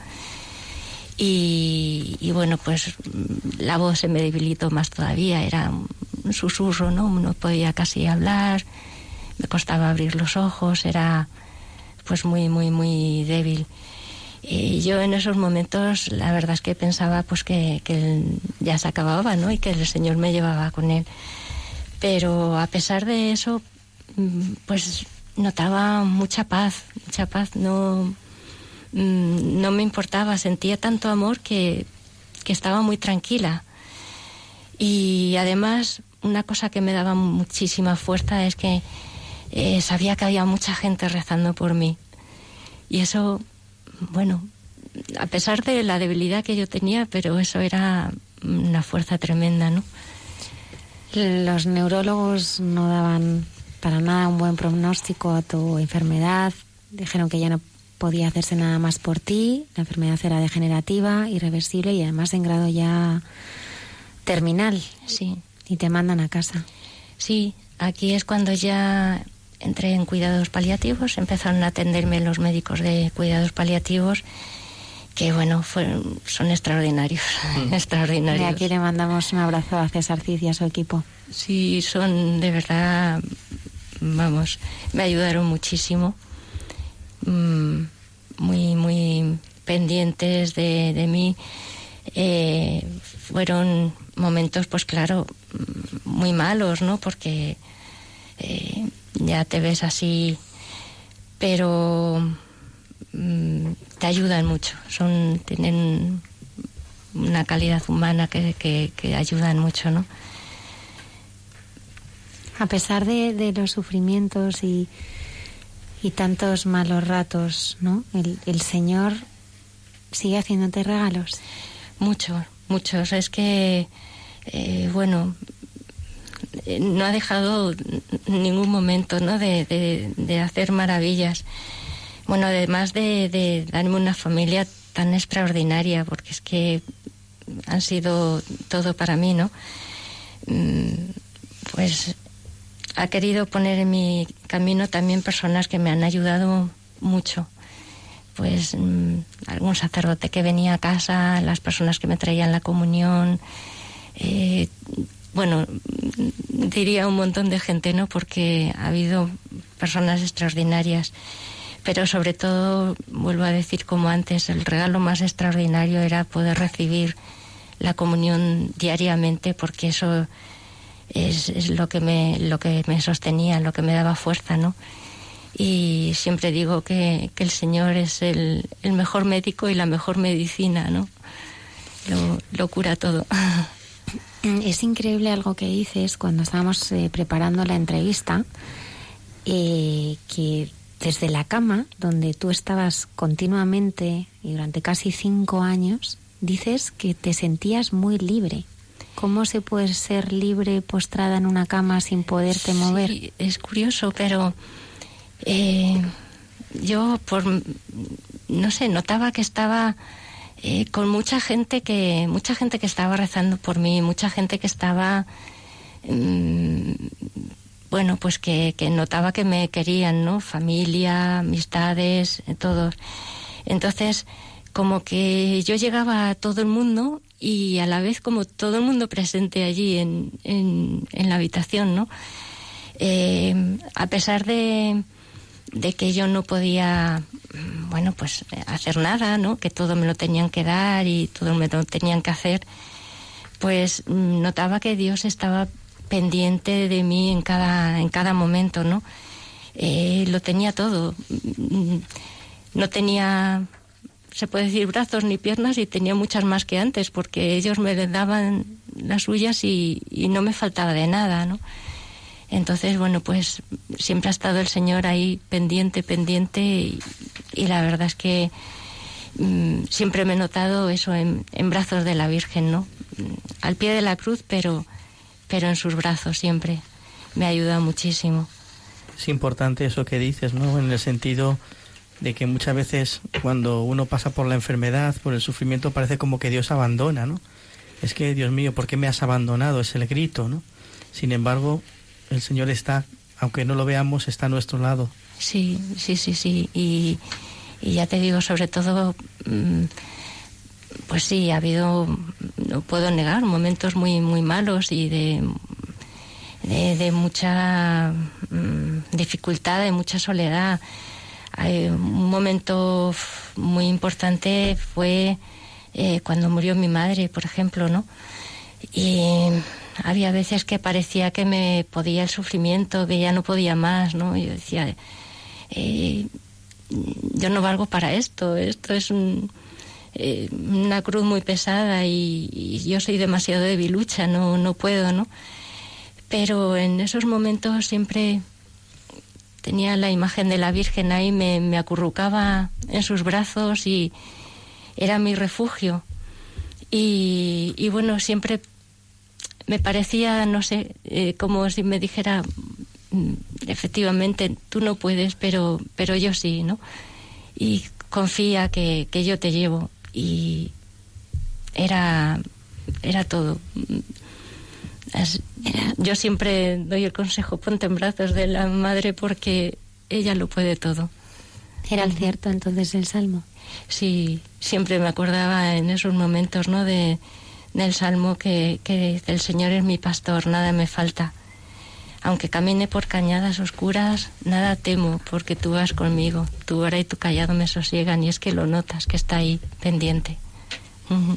Y, y bueno, pues la voz se me debilitó más todavía, era un susurro, ¿no? No podía casi hablar, me costaba abrir los ojos, era pues muy, muy, muy débil. Y yo en esos momentos la verdad es que pensaba pues que, que ya se acababa, ¿no? Y que el Señor me llevaba con él. Pero a pesar de eso, pues notaba mucha paz, mucha paz. No, no me importaba, sentía tanto amor que, que estaba muy tranquila. Y además, una cosa que me daba muchísima fuerza es que eh, sabía que había mucha gente rezando por mí. Y eso, bueno, a pesar de la debilidad que yo tenía, pero eso era una fuerza tremenda, ¿no? Los neurólogos no daban para nada un buen pronóstico a tu enfermedad. Dijeron que ya no podía hacerse nada más por ti. La enfermedad era degenerativa, irreversible y además en grado ya terminal. Sí. Y te mandan a casa. Sí, aquí es cuando ya entré en cuidados paliativos. Empezaron a atenderme los médicos de cuidados paliativos, que bueno, fueron, son extraordinarios, mm. extraordinarios. Y aquí le mandamos un abrazo a César Cid y a su equipo. Sí, son de verdad, vamos, me ayudaron muchísimo, mm, muy, muy pendientes de, de mí. Eh, fueron momentos, pues claro, muy malos, ¿no? Porque eh, ya te ves así, pero te ayudan mucho, son tienen una calidad humana que, que, que ayudan mucho, ¿no? A pesar de, de los sufrimientos y, y tantos malos ratos, ¿no? El, el Señor sigue haciéndote regalos. Muchos, muchos. Es que, eh, bueno, no ha dejado ningún momento, ¿no? de, de, de hacer maravillas. Bueno, además de, de darme una familia tan extraordinaria, porque es que han sido todo para mí, ¿no? Pues ha querido poner en mi camino también personas que me han ayudado mucho. Pues algún sacerdote que venía a casa, las personas que me traían la comunión, eh, bueno, diría un montón de gente, ¿no? Porque ha habido personas extraordinarias. Pero sobre todo, vuelvo a decir como antes, el regalo más extraordinario era poder recibir la comunión diariamente, porque eso es, es lo que me lo que me sostenía, lo que me daba fuerza, ¿no? Y siempre digo que, que el Señor es el, el mejor médico y la mejor medicina, ¿no? Lo, lo cura todo. Es increíble algo que dices cuando estábamos eh, preparando la entrevista, eh, que desde la cama, donde tú estabas continuamente y durante casi cinco años, dices que te sentías muy libre. ¿Cómo se puede ser libre postrada en una cama sin poderte mover? Sí, es curioso, pero eh, yo, por no sé, notaba que estaba eh, con mucha gente que mucha gente que estaba rezando por mí, mucha gente que estaba mmm, bueno, pues que, que notaba que me querían, ¿no? Familia, amistades, todos. Entonces, como que yo llegaba a todo el mundo y a la vez como todo el mundo presente allí en, en, en la habitación, ¿no? Eh, a pesar de, de que yo no podía, bueno, pues hacer nada, ¿no? Que todo me lo tenían que dar y todo me lo tenían que hacer, pues notaba que Dios estaba pendiente de mí en cada en cada momento, ¿no? Eh, lo tenía todo. No tenía, se puede decir, brazos ni piernas, y tenía muchas más que antes, porque ellos me daban las suyas y, y no me faltaba de nada, ¿no? Entonces, bueno, pues siempre ha estado el Señor ahí pendiente, pendiente, y, y la verdad es que mmm, siempre me he notado eso en, en brazos de la Virgen, ¿no? Al pie de la cruz, pero pero en sus brazos siempre. Me ha ayudado muchísimo. Es importante eso que dices, ¿no? En el sentido de que muchas veces cuando uno pasa por la enfermedad, por el sufrimiento, parece como que Dios abandona, ¿no? Es que, Dios mío, ¿por qué me has abandonado? Es el grito, ¿no? Sin embargo, el Señor está, aunque no lo veamos, está a nuestro lado. Sí, sí, sí, sí. Y, y ya te digo, sobre todo, mmm, pues sí, ha habido, no puedo negar, momentos muy muy malos y de, de, de mucha mmm, dificultad, de mucha soledad. Hay un momento muy importante fue eh, cuando murió mi madre, por ejemplo, ¿no? Y había veces que parecía que me podía el sufrimiento, que ya no podía más, ¿no? Yo decía, eh, yo no valgo para esto, esto es un, eh, una cruz muy pesada y, y yo soy demasiado debilucha, no, no puedo, ¿no? Pero en esos momentos siempre tenía la imagen de la Virgen ahí, me, me acurrucaba en sus brazos y era mi refugio. Y, y bueno, siempre me parecía, no sé, eh, como si me dijera, efectivamente, tú no puedes, pero, pero yo sí, ¿no? Y confía que, que yo te llevo. Y era, era todo. Es, era, yo siempre doy el consejo, ponte en brazos de la madre porque ella lo puede todo. ¿Era el cierto entonces el salmo? Sí, siempre me acordaba en esos momentos, ¿no?, de, del salmo que, que dice, el Señor es mi pastor, nada me falta. Aunque camine por cañadas oscuras, nada temo, porque tú vas conmigo. Tu vara y tu callado me sosiegan, y es que lo notas, que está ahí, pendiente. Uh-huh.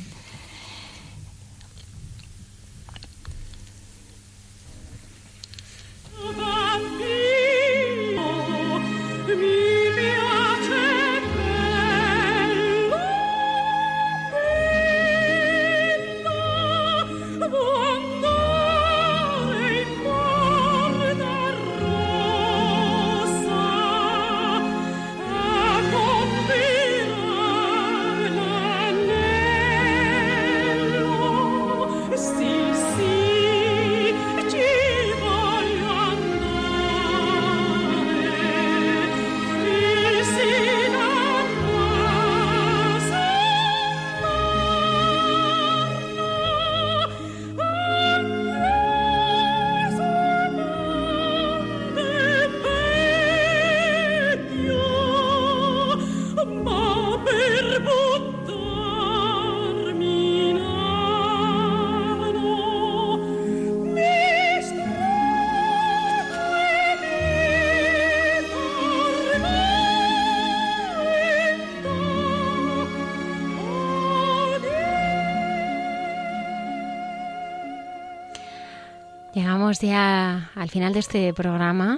Llegamos ya al final de este programa,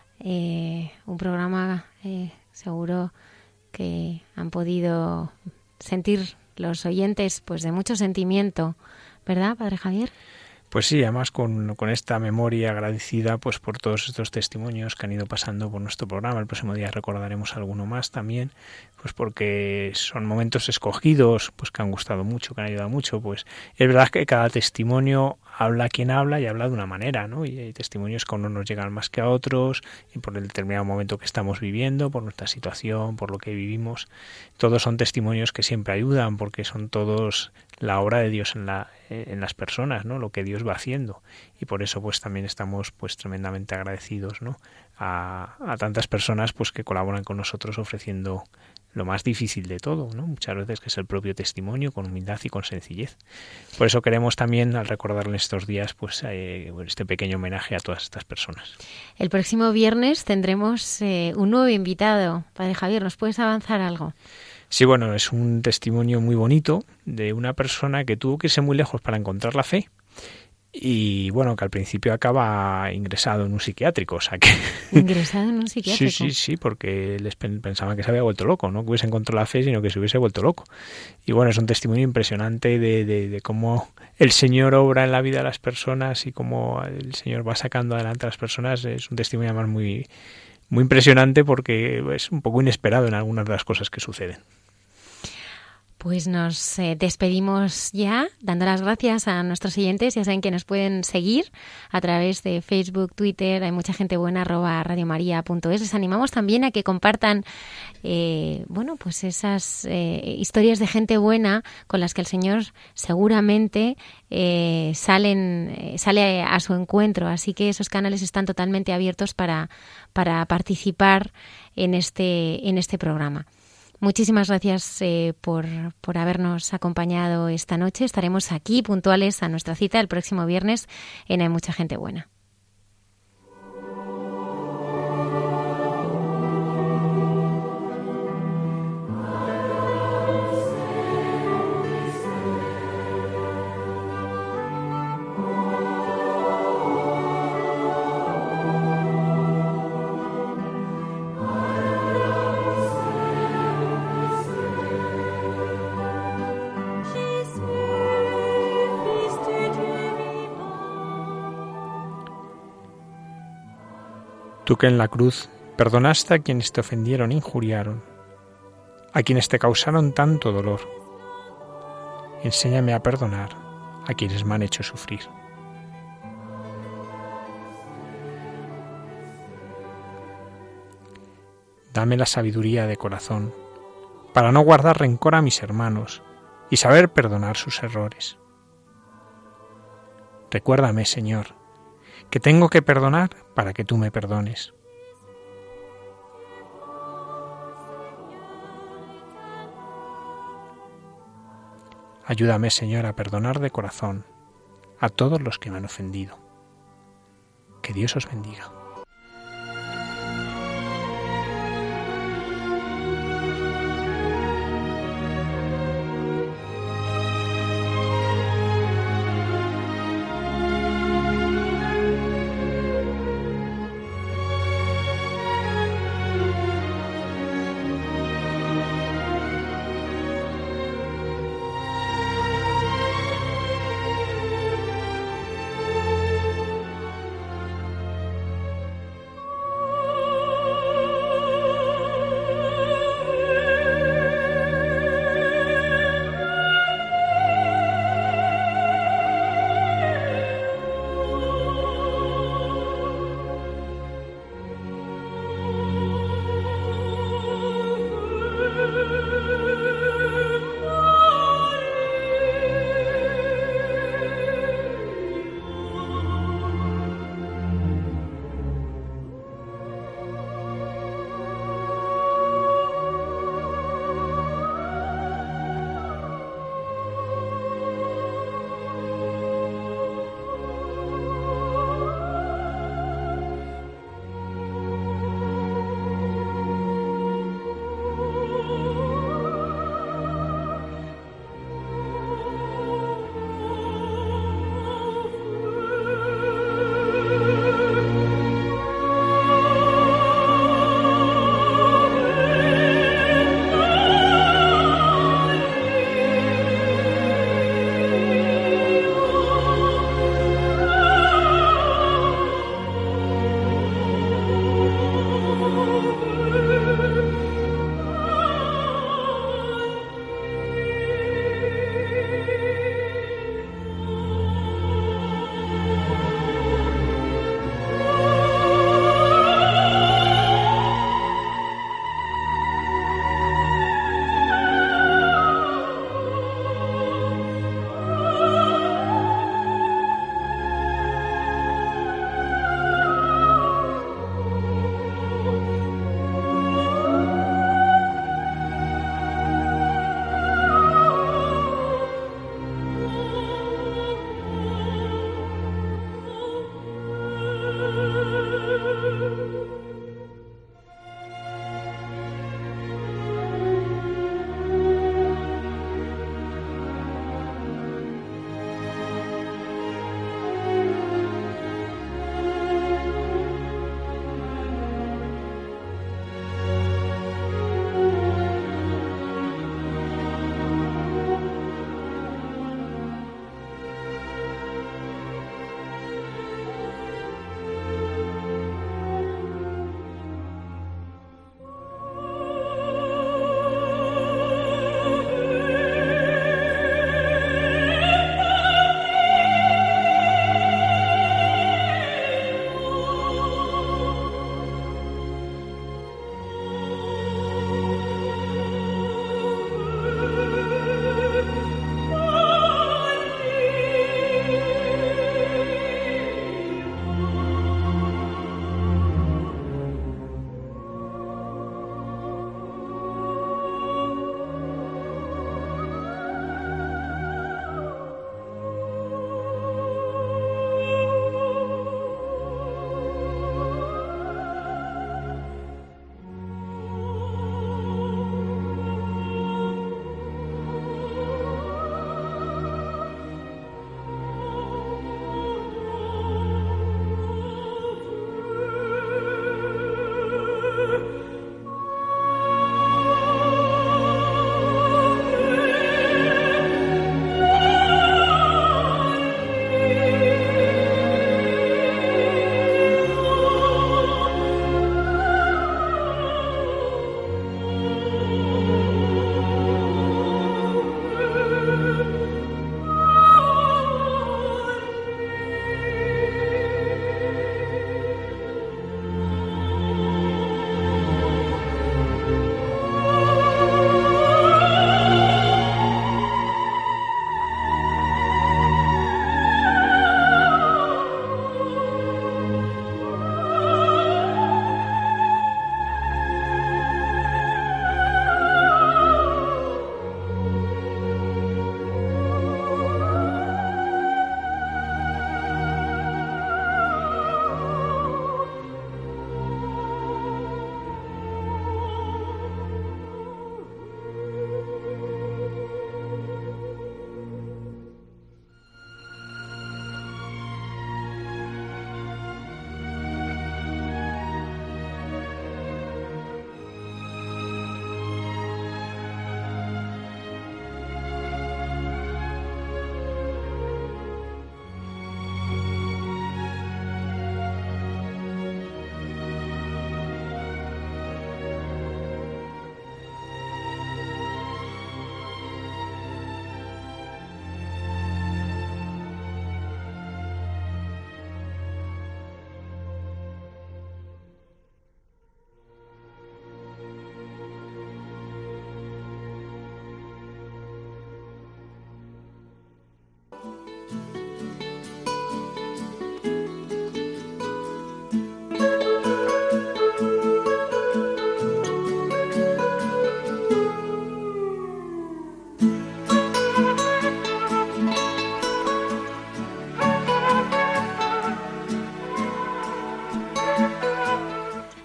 eh, un programa eh, seguro que han podido sentir los oyentes pues de mucho sentimiento, ¿verdad, Padre Javier? Pues sí, además con, con esta memoria agradecida pues por todos estos testimonios que han ido pasando por nuestro programa. El próximo día recordaremos alguno más también, pues porque son momentos escogidos, pues que han gustado mucho, que han ayudado mucho. Pues es verdad que cada testimonio habla quien habla y habla de una manera, ¿no? Y hay testimonios que a unos nos llegan más que a otros, y por el determinado momento que estamos viviendo, por nuestra situación, por lo que vivimos. Todos son testimonios que siempre ayudan, porque son todos la obra de Dios en la en las personas, ¿no? Lo que Dios va haciendo, y por eso pues también estamos pues tremendamente agradecidos, ¿no? A, a tantas personas pues que colaboran con nosotros ofreciendo lo más difícil de todo, ¿no? Muchas veces, que es el propio testimonio, con humildad y con sencillez. Por eso queremos también, al recordarle estos días, pues eh, este pequeño homenaje a todas estas personas. El próximo viernes tendremos eh, un nuevo invitado. Padre Javier, ¿nos puedes avanzar algo? Sí, bueno, es un testimonio muy bonito de una persona que tuvo que irse muy lejos para encontrar la fe, y bueno, que al principio acaba ingresado en un psiquiátrico, o sea que... ¿Ingresado en un psiquiátrico? Sí, sí, sí, porque les pensaban que se había vuelto loco, no que hubiese encontrado la fe, sino que se hubiese vuelto loco. Y bueno, es un testimonio impresionante de, de, de cómo el Señor obra en la vida de las personas y cómo el Señor va sacando adelante a las personas. Es un testimonio además muy, muy impresionante, porque es un poco inesperado en algunas de las cosas que suceden. Pues nos eh, despedimos ya, dando las gracias a nuestros oyentes. Ya saben que nos pueden seguir a través de Facebook, Twitter, hay mucha gente buena, arroba radiomaria punto es. Les animamos también a que compartan eh, bueno, pues esas eh, historias de gente buena con las que el Señor seguramente eh, salen, eh, sale a su encuentro. Así que esos canales están totalmente abiertos para, para participar en este, en este programa. Muchísimas gracias eh, por, por habernos acompañado esta noche. Estaremos aquí puntuales a nuestra cita el próximo viernes en Hay Mucha Gente Buena. Tú que en la cruz perdonaste a quienes te ofendieron e injuriaron, a quienes te causaron tanto dolor, enséñame a perdonar a quienes me han hecho sufrir. Dame la sabiduría de corazón para no guardar rencor a mis hermanos y saber perdonar sus errores. Recuérdame, Señor, que tengo que perdonar para que tú me perdones. Ayúdame, Señor, a perdonar de corazón a todos los que me han ofendido. Que Dios os bendiga.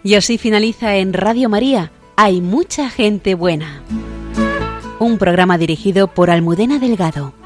Y así finaliza en Radio María, Hay mucha gente buena. Un programa dirigido por Almudena Delgado.